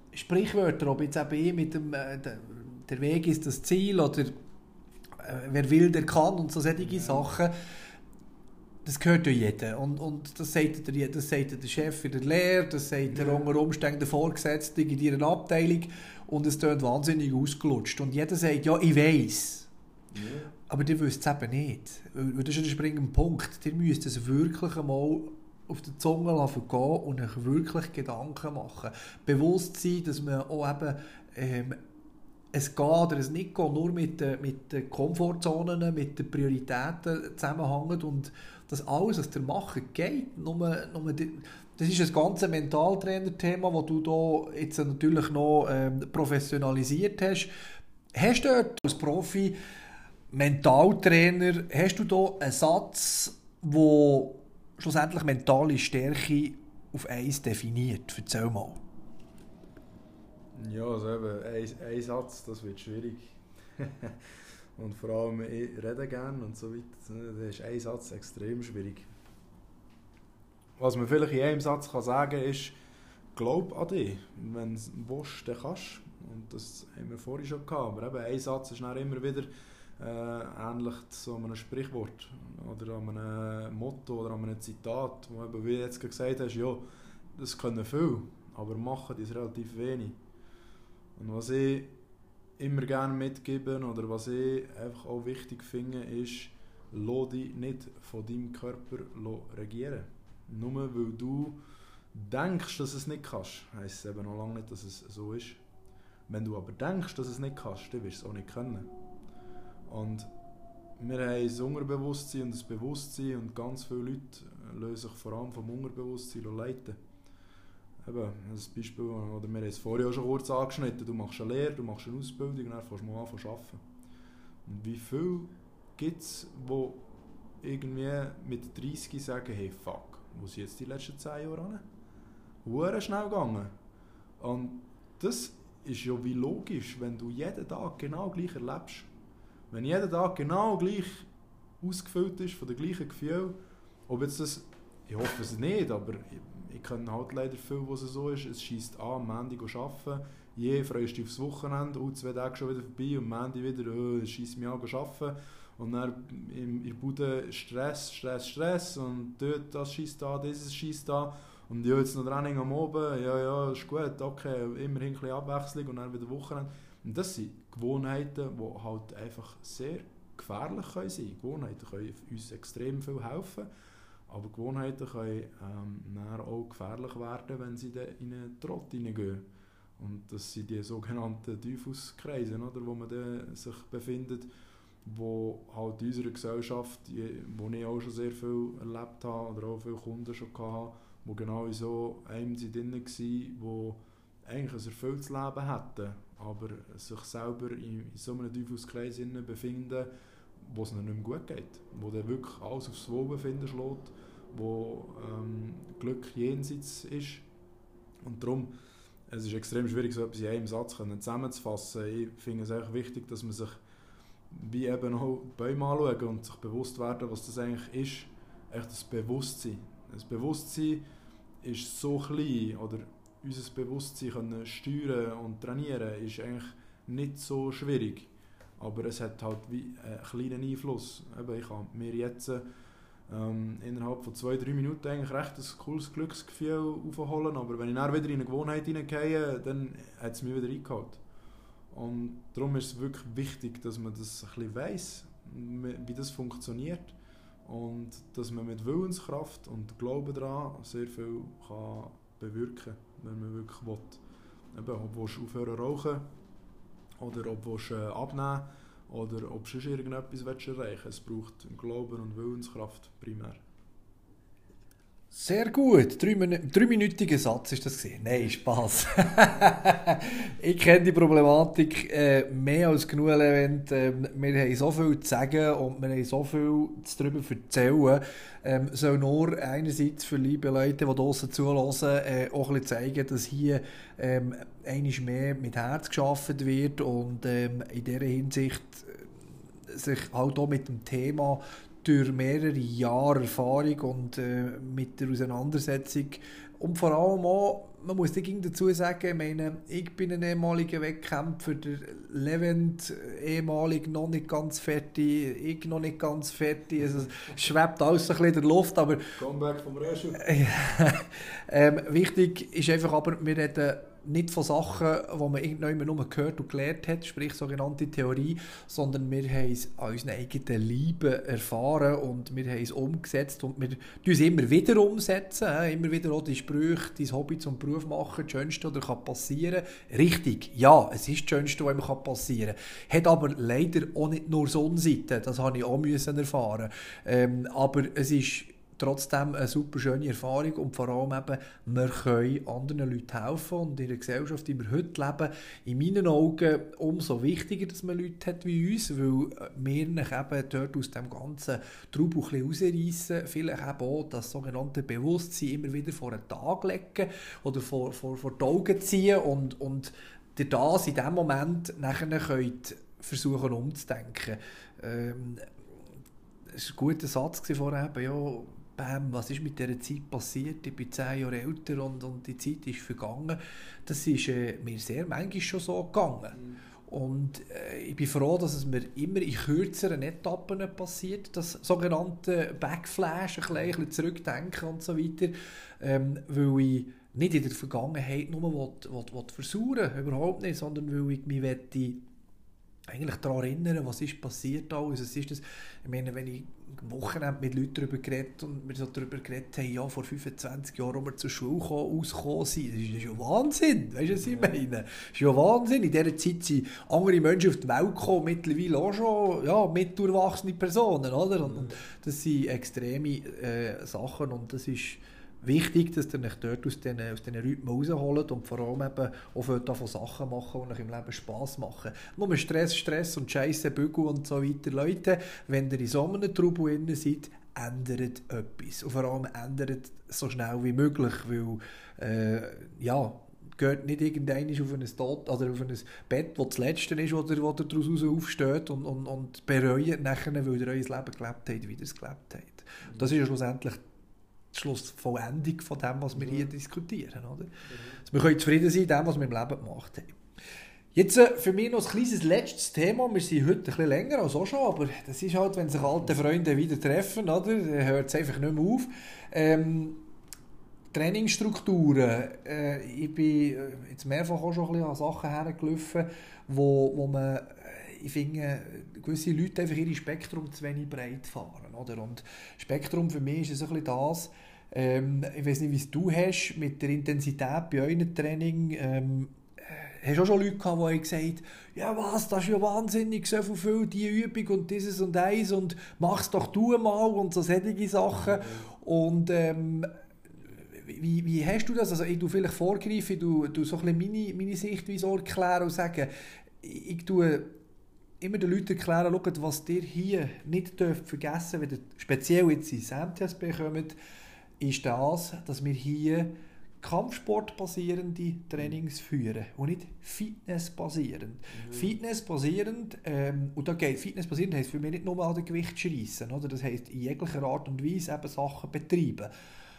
Sprichwörter, ob jetzt eben mit dem der Weg ist das Ziel oder wer will, der kann und so solche Sachen, das gehört ja jeder. Und das sagt der Chef in der Lehre, das sagt der unter Umständen der Vorgesetzte in ihrer Abteilung und es klingt wahnsinnig ausgelutscht. Und jeder sagt, ja, ich weiss. Ja. Aber ihr wisst es eben nicht. Weil das ist der springende Punkt. Ihr müsst es wirklich einmal auf die Zunge lassen gehen und euch wirklich Gedanken machen. Bewusst sein, dass man auch eben es geht oder es nicht geht, nur mit den Komfortzonen, mit den Prioritäten zusammenhängt und dass alles, was ihr macht, geht. Das ist ein ganzes Mentaltrainer-Thema, das du da jetzt natürlich noch professionalisiert hast. Hast du dort als Profi Mentaltrainer, hast du da einen Satz, der schlussendlich mentale Stärke auf eins definiert? Erzähl mal. Ja, also eben, ein Satz, das wird schwierig. Und vor allem, ich rede gerne und so weiter, da ist ein Satz extrem schwierig. Was man vielleicht in einem Satz kann sagen ist, glaub an dich. Wenn du willst, dann kannst du. Und das haben wir vorhin schon gehabt. Aber eben, ein Satz ist dann immer wieder ähnlich zu einem Sprichwort oder an einem Motto oder an einem Zitat, wo eben, wie du jetzt gesagt hast, ja, das können viele, aber machen das relativ wenig. Und was ich immer gerne mitgebe oder was ich einfach auch wichtig finde, ist, lass dich nicht von deinem Körper regieren. Nur weil du denkst, dass es nicht kannst, heisst es eben noch lange nicht, dass es so ist. Wenn du aber denkst, dass es nicht kannst, dann wirst du es auch nicht können. Und wir haben ein Unterbewusstsein und ein Bewusstsein und ganz viele Leute lassen sich vor allem vom Unterbewusstsein leiten. Eben, das Beispiel, oder wir haben es vorher auch schon kurz angeschnitten, du machst eine Lehre, du machst eine Ausbildung und dann fängst du mal an zu arbeiten. Und wie viele gibt es, die irgendwie mit 30 sagen, hey fuck, wo sind jetzt die letzten 10 Jahre an? Hure schnell gegangen. Und das ist ja wie logisch, wenn du jeden Tag genau gleich erlebst. Wenn jeder Tag genau gleich ausgefüllt ist von den gleichen Gefühlen, ob jetzt das, ich hoffe es nicht, aber ich kenne halt leider viel, was es so ist. Es scheisst an, am Montag zu arbeiten, freust dich aufs Wochenende, 2 Tage schon wieder vorbei und am Montag wieder, es scheisst mich an, zu arbeiten. Und dann in der Bude Stress und dort das scheisst an, dieses scheisst an. Und ja, jetzt noch Training am Abend, ja, ist gut, okay, immerhin ein bisschen Abwechslung und dann wieder Wochenende. Und das sind Gewohnheiten, die halt einfach sehr gefährlich sein können. Gewohnheiten können uns extrem viel helfen, aber Gewohnheiten können dann auch gefährlich werden, wenn sie in einen Trott hineingehen. Und das sind die sogenannten Teufelskreise, oder, wo man sich befindet, wo halt in unserer Gesellschaft, wo ich auch schon sehr viel erlebt habe oder auch viele Kunden schon hatte, wo genau in so einem drin waren, die eigentlich ein erfülltes Leben hätten, aber sich selber in so einem Teufelskreis befinden, wo es ihnen nicht mehr gut geht, wo dann wirklich alles aufs Wohlbefinden schlägt, wo Glück jenseits ist. Und darum, es ist extrem schwierig, so etwas in einem Satz zusammenzufassen. Ich finde es echt wichtig, dass man sich wie eben auch Bäume anschauen und sich bewusst werden, was das eigentlich ist. Echt das Bewusstsein. Das Bewusstsein ist so klein, oder unser Bewusstsein können steuern und trainieren ist eigentlich nicht so schwierig. Aber es hat halt wie einen kleinen Einfluss. Eben, ich kann mir jetzt innerhalb von 2-3 Minuten eigentlich recht ein cooles Glücksgefühl aufholen, aber wenn ich dann wieder in eine Gewohnheit hineingehe, dann hat es mich wieder eingeholt. Und darum ist es wirklich wichtig, dass man das ein bisschen weiss, wie das funktioniert und dass man mit Willenskraft und Glauben daran sehr viel kann bewirken kann, wenn man wirklich will. Eben, ob du aufhören rauchen oder ob du abnehmen oder ob du irgendetwas erreichen willst. Es braucht Glauben und Willenskraft primär. Sehr gut. 3-minütiger Satz ist das gewesen. Nein, Spass. Ich kenne die Problematik mehr als genug, Levent. Wir haben so viel zu sagen und wir haben so viel darüber zu erzählen. Soll nur einerseits für liebe Leute, die draussen zuhören, auch ein bisschen zeigen, dass hier einmal mehr mit Herz geschaffen wird und in dieser Hinsicht sich halt auch mit dem Thema durch mehrere Jahre Erfahrung und mit der Auseinandersetzung und vor allem auch man muss dazu sagen, ich meine, ich bin ein ehemaliger Wettkämpfer, der Levent ehemalig noch nicht ganz fertig, ich noch nicht ganz fertig, also es schwebt alles ein bisschen in der Luft, aber Comeback vom Röschel. Wichtig ist einfach aber, wir reden nicht von Sachen, die man irgendwann nur gehört und gelernt hat, sprich sogenannte Theorie, sondern wir haben es an unseren eigenen Leiben erfahren und wir haben es umgesetzt und wir tun es immer wieder umsetzen, immer wieder auch die Sprüche, dein Hobby zum Beruf machen, das Schönste, was dir passieren kann. Richtig, ja, es ist das Schönste, was mir passieren kann. Hat aber leider auch nicht nur Sonnenseite, das habe ich auch erfahren müssen. Aber es ist trotzdem eine super schöne Erfahrung und vor allem eben, wir können anderen Leuten helfen und in der Gesellschaft, in der wir heute leben, in meinen Augen umso wichtiger, dass man Leute hat wie uns, weil wir eben dort aus dem ganzen Trubel ein bisschen rausreissen, vielleicht eben auch das sogenannte Bewusstsein immer wieder vor den Tag legen oder vor die Augen ziehen und ihr das in dem Moment nachher könnt versuchen umzudenken. Das war ein guter Satz vorher, ja, was ist mit dieser Zeit passiert? Ich bin 10 Jahre älter und die Zeit ist vergangen. Das ist mir sehr manchmal schon so gegangen. Und ich bin froh, dass es mir immer in kürzeren Etappen passiert, das sogenannte Backflash, ein bisschen zurückdenken und so weiter, weil ich nicht in der Vergangenheit nur versuchen will, überhaupt nicht, sondern weil ich mich eigentlich daran erinnern, was ist passiert alles. Es ist das, ich meine, wenn ich am Wochenende mit Leuten darüber geredet und wir so darüber geredet haben, ja, vor 25 Jahren, als wir zur Schule ausgekommen sind, das ist ja Wahnsinn, weißt du, was ich meine? Das ist ja Wahnsinn. In dieser Zeit sind andere Menschen auf die Welt gekommen, mittlerweile auch schon, ja, mittelwachsene Personen, oder? Und das sind extreme Sachen und das ist wichtig, dass ihr euch dort aus diesen Rhythmen rausholt und vor allem eben auch von Sachen machen, die euch im Leben Spass machen. Nur Stress und Scheisse, Bügel und so weiter. Leute, wenn ihr in so einem Trubel drin seid, ändert etwas. Und vor allem ändert so schnell wie möglich, weil, geht nicht irgendwann auf ein Bett, das das Letzte ist, wo ihr daraus aufsteht und bereut nachher, weil ihr euer Leben gelebt habt, wie ihr es gelebt habt. Das ist ja schlussendlich die Schlussvollendung von dem, was wir hier diskutieren. Oder? Also wir können zufrieden sein mit dem, was wir im Leben gemacht haben. Jetzt für mich noch ein kleines letztes Thema. Wir sind heute ein bisschen länger als auch schon, aber das ist halt, wenn sich alte Freunde wieder treffen, oder? Dann hört es einfach nicht mehr auf. Trainingsstrukturen. Ich bin jetzt mehrfach auch schon ein bisschen an Sachen hergelaufen, wo man, ich finde, gewisse Leute einfach ihre Spektrum zu wenig breit fahren. Oder? Und Spektrum für mich ist ein bisschen das, ich weiß nicht, wie es du hast, mit der Intensität bei eurem Training. Hast du auch schon Leute gehabt, die gesagt haben, ja was, das ist ja wahnsinnig, so viel die Übung und dieses und eins und mach's doch du mal und so solche Sachen. Und wie hast du das? Also ich tue vielleicht vorgreifen, du so ein bisschen meine Sichtweise erklären und sagen, ich tue immer den Leuten erklären, schaut, was ihr hier nicht vergessen dürft, wenn ihr speziell jetzt ins MTSB kommt, ist das, dass wir hier kampfsportbasierende Trainings führen und nicht fitnessbasierend. Fitnessbasierend, und da geht fitnessbasierend heisst für mich nicht nur an den Gewicht schreissen, oder? Das heisst in jeglicher Art und Weise eben Sachen betreiben.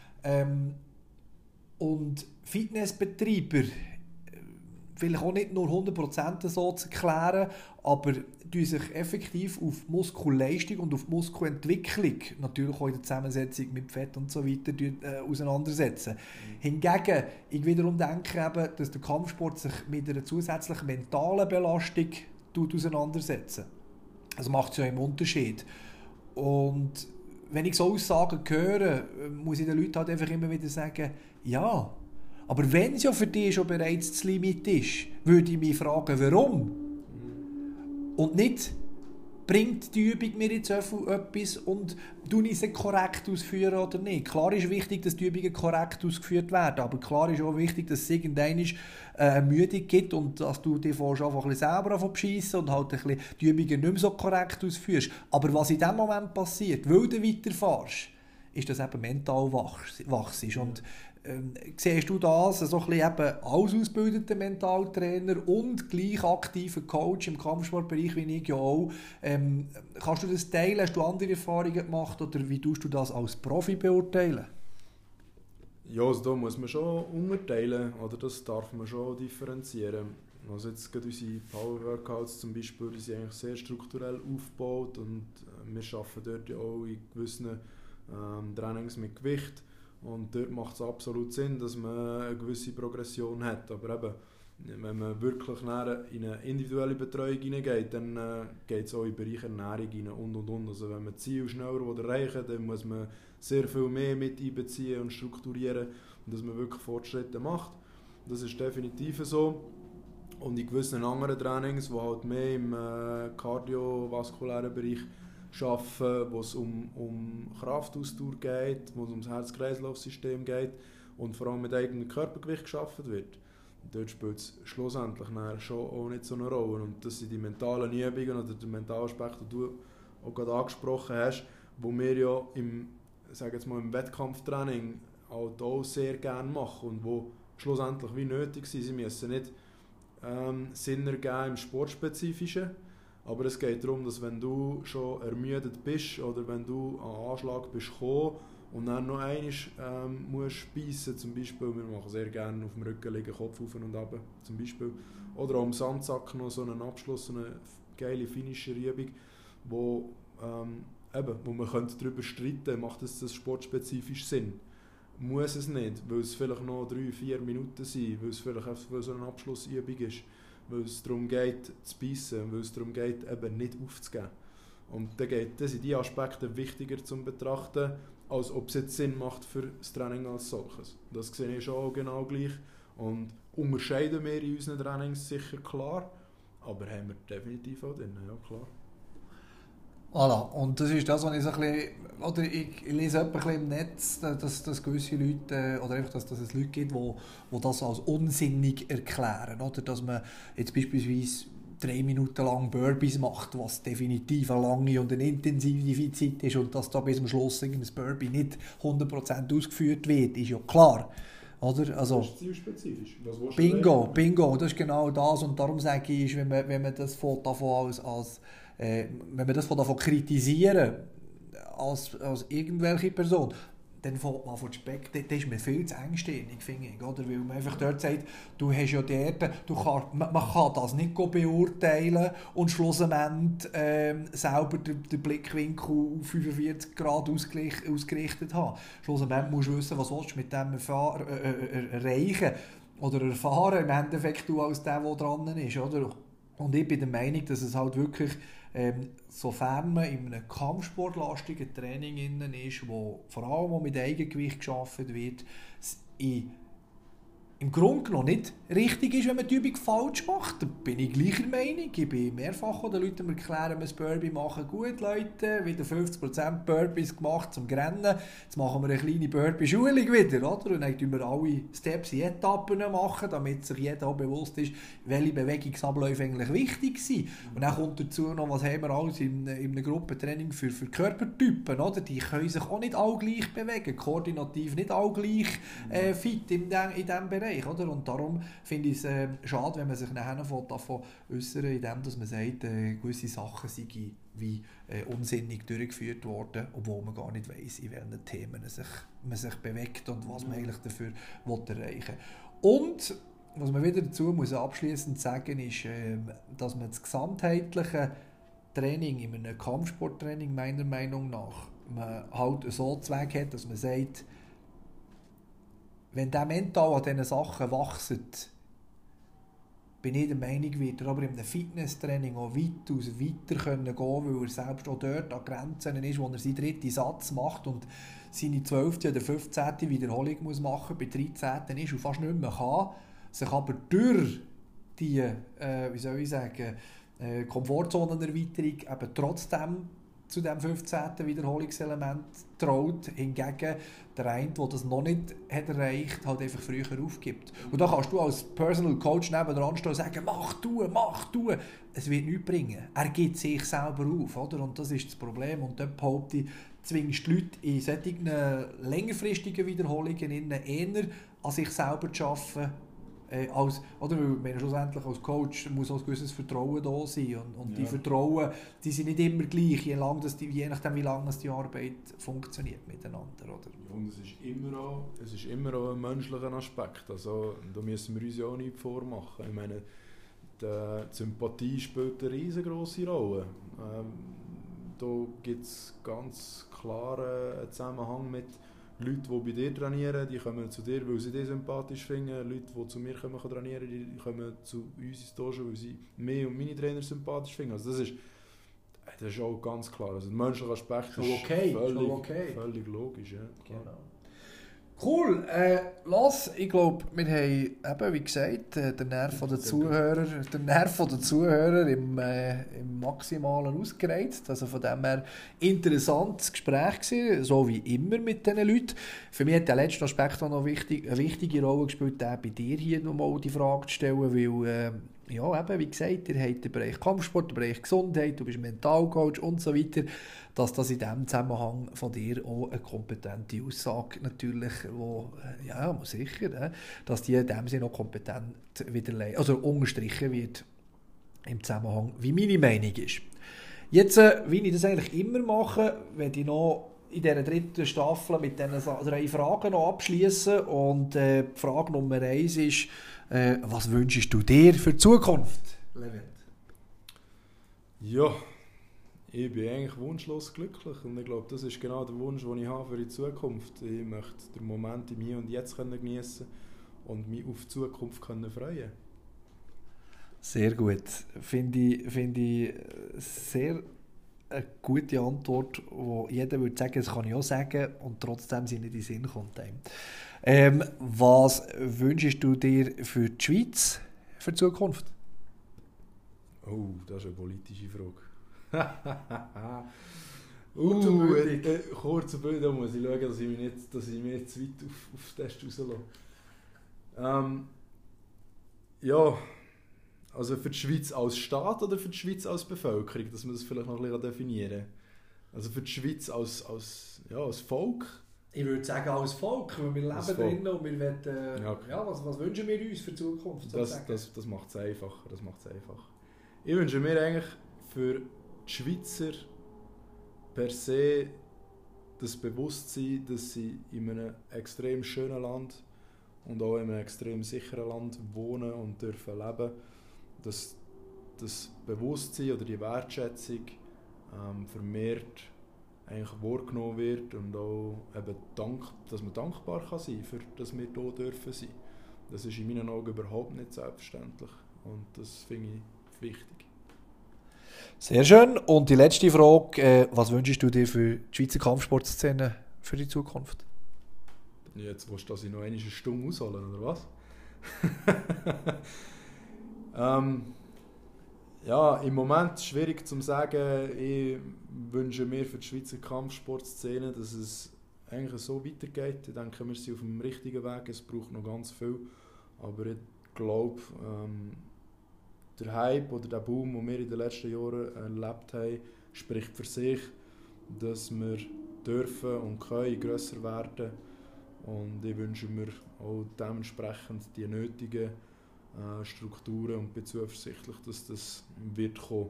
Und Fitnessbetreiber, vielleicht auch nicht nur 100% so zu erklären, aber die sich effektiv auf Muskelleistung und auf Muskelentwicklung, natürlich auch in der Zusammensetzung mit Fett und so weiter, auseinandersetzen. Hingegen, ich wiederum denke eben, dass der Kampfsport sich mit einer zusätzlichen mentalen Belastung auseinandersetzt. Also macht es ja einen Unterschied. Und wenn ich so Aussagen höre, muss ich den Leuten halt einfach immer wieder sagen, ja, aber wenn es ja für dich schon bereits das Limit ist, würde ich mich fragen, warum? Und nicht, bringt die Übung mir jetzt etwas und tue ich sie korrekt ausführen oder nicht? Klar ist wichtig, dass die Übungen korrekt ausgeführt werden, aber klar ist auch wichtig, dass es irgendwann eine Müdigkeit gibt und dass du dich einfach ein bisschen selber beschissen und halt ein bisschen die Übungen nicht mehr so korrekt ausführst. Aber was in dem Moment passiert, weil du weiterfährst, ist das eben mental wachs ist. Und siehst du das, so ein bisschen eben als ausgebildeter Mentaltrainer und gleich aktiver Coach im Kampfsportbereich wie ich ja auch, kannst du das teilen? Hast du andere Erfahrungen gemacht oder wie tust du das als Profi beurteilen? Ja, also da muss man schon unterteilen, oder das darf man schon differenzieren. Also jetzt gerade unsere Power Workouts zum Beispiel, die sind eigentlich sehr strukturell aufgebaut und wir arbeiten dort ja auch in gewissen Trainings mit Gewicht und dort macht es absolut Sinn, dass man eine gewisse Progression hat, aber eben, wenn man wirklich in eine individuelle Betreuung hineingeht, dann geht es auch in den Bereich Ernährung hinein und. Also wenn man Ziele schneller erreichen will, dann muss man sehr viel mehr mit einbeziehen und strukturieren, dass man wirklich Fortschritte macht. Das ist definitiv so. Und in gewissen anderen Trainings, die halt mehr im kardiovaskulären Bereich arbeiten, wo es um Kraftausdauer geht, wo es um das Herz-Kreislauf-System geht und vor allem mit eigenem Körpergewicht geschaffen wird. Dort spielt es schlussendlich schon auch nicht so eine Rolle. Und das sind die mentalen Übungen oder der mentale Aspekt, den du auch gerade angesprochen hast, wo wir ja im Wettkampftraining auch sehr gerne machen und wo schlussendlich wie nötig sind. Sie müssen nicht Sinn ergeben im Sportspezifischen, aber es geht darum, dass wenn du schon ermüdet bist oder wenn du an Anschlag bist gekommen und dann noch einmal musst speissen, zum Beispiel, wir machen sehr gerne auf dem Rücken liegen, Kopf auf und ab, zum Beispiel, oder auch am Sandsack noch so einen Abschluss, so eine geile Finisher-Übung, wo man darüber streiten könnte, macht das sportspezifisch Sinn. Muss es nicht, weil es vielleicht noch 3-4 Minuten sind, weil es vielleicht einfach so eine Abschlussübung ist, weil es darum geht zu beißen, weil es darum geht, eben nicht aufzugeben. Und dann sind diese Aspekte wichtiger zu betrachten, als ob es jetzt Sinn macht für das Training als solches. Das sehe ich schon genau gleich und unterscheiden wir in unseren Trainings sicher klar, aber haben wir definitiv auch drin, ja klar. Voilà. Und das ist das, was ich so ein bisschen, oder ich lese ein bisschen im Netz, dass gewisse Leute, oder einfach, dass es Leute gibt, die das als unsinnig erklären, oder? Dass man jetzt beispielsweise 3 Minuten lang Burpees macht, was definitiv eine lange und eine intensive Zeit ist und dass da bis zum Schluss ein Burpee nicht 100% ausgeführt wird, ist ja klar. Oder? Also, das ist zielspezifisch. Bingo, das ist genau das und darum sage ich, wenn man das davon wenn man das davon kritisieren als irgendwelche Person, dann fängt man von Speck, das ist mir viel zu engstirnig, finde ich, oder? Weil man einfach dort sagt, du hast ja dort, man kann das nicht beurteilen und schlussendlich selber den Blickwinkel auf 45 Grad ausgerichtet haben. Schlussendlich musst du wissen, was willst du mit dem erreichen oder erfahren, im Endeffekt du als der dran ist, oder? Und ich bin der Meinung, dass es halt wirklich, sofern man in einem kampfsportlastigen Training innen ist, wo vor allem mit Eigengewicht geschaffen wird, im Grunde genommen nicht richtig ist, wenn man die Übung falsch macht. Da bin ich gleicher Meinung. Ich bin mehrfach den Leuten erklären, wir das Burpee machen. Gut, Leute, wieder 50% Burpees gemacht zum Rennen. Jetzt machen wir eine kleine Burpee-Schulung wieder, oder? Und dann tun wir alle Steps in Etappen machen, damit sich jeder auch bewusst ist, welche Bewegungsabläufe eigentlich wichtig sind. Und dann kommt dazu noch, was haben wir alles in einem Gruppentraining für Körpertypen, oder? Die können sich auch nicht alle gleich bewegen, koordinativ nicht alle gleich fit in diesem Bereich. Oder? Und darum finde ich es schade, wenn man sich nachher davon äußern, indem man sagt, gewisse Sachen seien wie unsinnig durchgeführt worden, obwohl man gar nicht weiss, in welchen Themen man sich bewegt und was man eigentlich dafür erreichen will. Und was man wieder dazu muss abschliessend sagen ist, dass man das gesamtheitliche Training in einem Kampfsporttraining meiner Meinung nach man halt so Zweck hat, dass man sagt, wenn der mental an diesen Sachen wächst, bin ich der Meinung, wird er aber in einem Fitnesstraining auch weiter gehen können, weil er selbst auch dort an Grenzen ist, wo er seinen 3. Satz macht und seine 12. oder 15. Wiederholung muss machen, bei 13. ist und fast nicht mehr kann, sich aber durch die Komfortzonenerweiterung eben trotzdem zu diesem 15. Wiederholungselement traut, hingegen der eine, der das noch nicht hat erreicht, halt einfach früher aufgibt. Und da kannst du als Personal Coach nebendran stehen und sagen, mach du. Es wird nichts bringen. Er gibt sich selber auf, oder? Und das ist das Problem. Und dort behaupte ich, zwingst die Leute in solchen längerfristigen Wiederholungen eher an sich selber zu arbeiten, Oder weil schlussendlich als Coach muss auch ein gewisses Vertrauen da sein. Und die Vertrauen, die sind nicht immer gleich, je nachdem wie lange die Arbeit funktioniert miteinander. Oder? Ja, und es ist immer auch ein menschlicher Aspekt. Also, da müssen wir uns ja auch nicht vormachen. Ich meine, die Sympathie spielt eine riesengroße Rolle. Da gibt es ganz klar einen Zusammenhang mit Leuten, die bei dir trainieren, die kommen zu dir, weil sie dich sympathisch finden. Leute, die zu mir kommen trainieren, die kommen zu uns ins Dojo, weil sie mich und meine Trainer sympathisch finden. Also das ist auch ganz klar. Also der menschliche Aspekt ist völlig logisch. Ja, genau. Cool, Lass, ich glaube, wir haben eben, wie gesagt, den Nerv der Zuhörer im Maximalen ausgereizt. Also von dem her interessantes Gespräch gewesen, so wie immer mit diesen Leuten. Für mich hat der letzte Aspekt auch noch eine wichtige Rolle gespielt, auch bei dir hier nochmal die Frage zu stellen, weil, eben, wie gesagt, ihr habt den Bereich Kampfsport, den Bereich Gesundheit, du bist Mentalcoach und so weiter, dass das in diesem Zusammenhang von dir auch eine kompetente Aussage natürlich, sicher, dass die in dem Sinne auch kompetent unterstrichen wird im Zusammenhang, wie meine Meinung ist. Jetzt, wie ich das eigentlich immer mache, werde ich noch in dieser dritten Staffel mit diesen 3 Fragen noch abschließen. Und die Frage Nummer 1 ist, was wünschst du dir für die Zukunft, Levent? Ja, ich bin eigentlich wunschlos glücklich und ich glaube, das ist genau der Wunsch, den ich habe für die Zukunft. Ich möchte den Moment im Hier und Jetzt geniessen und mich auf die Zukunft freuen. Sehr gut. Finde ich sehr eine gute Antwort, wo jeder würde sagen, das kann ich auch sagen und trotzdem sie nicht in den Sinn kommt. Was wünschst du dir für die Schweiz für die Zukunft? Oh, das ist eine politische Frage. Kurz und bündig, da muss ich schauen, dass ich mich nicht zu weit auf den Test rauslasse. Also für die Schweiz als Staat oder für die Schweiz als Bevölkerung, dass man das vielleicht noch ein bisschen definieren kann. Also für die Schweiz als Volk? Ich würde sagen als Volk, weil wir leben drinnen und wir wollen, was wünschen wir uns für die Zukunft? Das macht es einfacher. Ich wünsche mir eigentlich für die Schweizer per se das Bewusstsein, dass sie in einem extrem schönen Land und auch in einem extrem sicheren Land wohnen und dürfen leben, dass das Bewusstsein oder die Wertschätzung vermehrt eigentlich wahrgenommen wird und auch eben dass man dankbar kann sein kann, dass wir hier dürfen sein. Das ist in meinen Augen überhaupt nicht selbstverständlich und das finde ich wichtig. Sehr schön. Und die letzte Frage, was wünschst du dir für die Schweizer Kampfsportszene für die Zukunft? Jetzt willst du, dass ich noch eine Stunde ausholen, oder was? Im Moment ist es schwierig zu sagen. Ich wünsche mir für die Schweizer Kampfsportszene, dass es eigentlich so weitergeht. Ich denke, wir sind auf dem richtigen Weg. Es braucht noch ganz viel. Aber ich glaube, der Hype oder der Boom, den wir in den letzten Jahren erlebt haben, spricht für sich, dass wir dürfen und können grösser werden. Und ich wünsche mir auch dementsprechend die nötigen Strukturen und bin zuversichtlich, dass das wird kommen.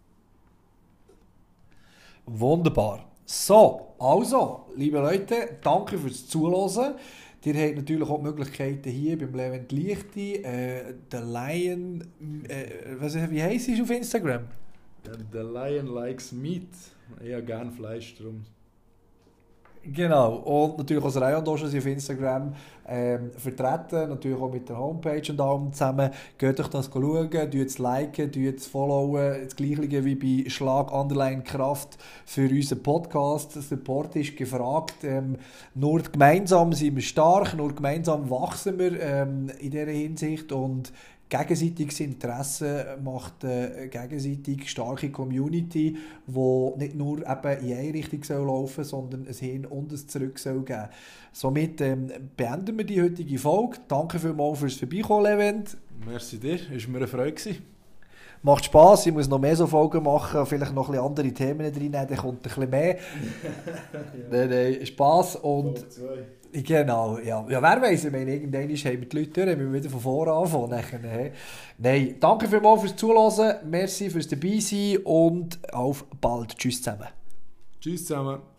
Wunderbar. So, also, liebe Leute, danke fürs Zuhören. Ihr habt natürlich auch die Möglichkeiten hier beim Levent Lichti, The Lion, wie heisst es auf Instagram? The Lion likes meat. Ich habe gerne Fleisch drum. Genau, und natürlich auch das Rayon-Dojo auf Instagram vertreten, natürlich auch mit der Homepage und allem zusammen. Geht euch das schauen, liken, followen, das Gleiche wie bei Schlag_Kraft für unseren Podcast. Der Support ist gefragt. Nur gemeinsam sind wir stark, nur gemeinsam wachsen wir in dieser Hinsicht und gegenseitiges Interesse macht eine gegenseitig starke Community, die nicht nur eben in eine Richtung laufen soll, sondern ein Hin und ein Zurück soll geben. Somit beenden wir die heutige Folge. Danke vielmals fürs Vorbeikommen, Levent. Merci dir, es war mir eine Freude. Macht Spass, ich muss noch mehr so Folgen machen, vielleicht noch ein bisschen andere Themen reinnehmen, dann kommt ein bisschen mehr. Nein, Spass und Genau, ja. Ja, wer weiss, ich meine, irgendwann haben wir die Leute durch, haben wir wieder von vorne anfangen. Nachher, nein, danke vielmals fürs Zuhören, merci fürs Dabeisein und auf bald. Tschüss zusammen. Tschüss zusammen.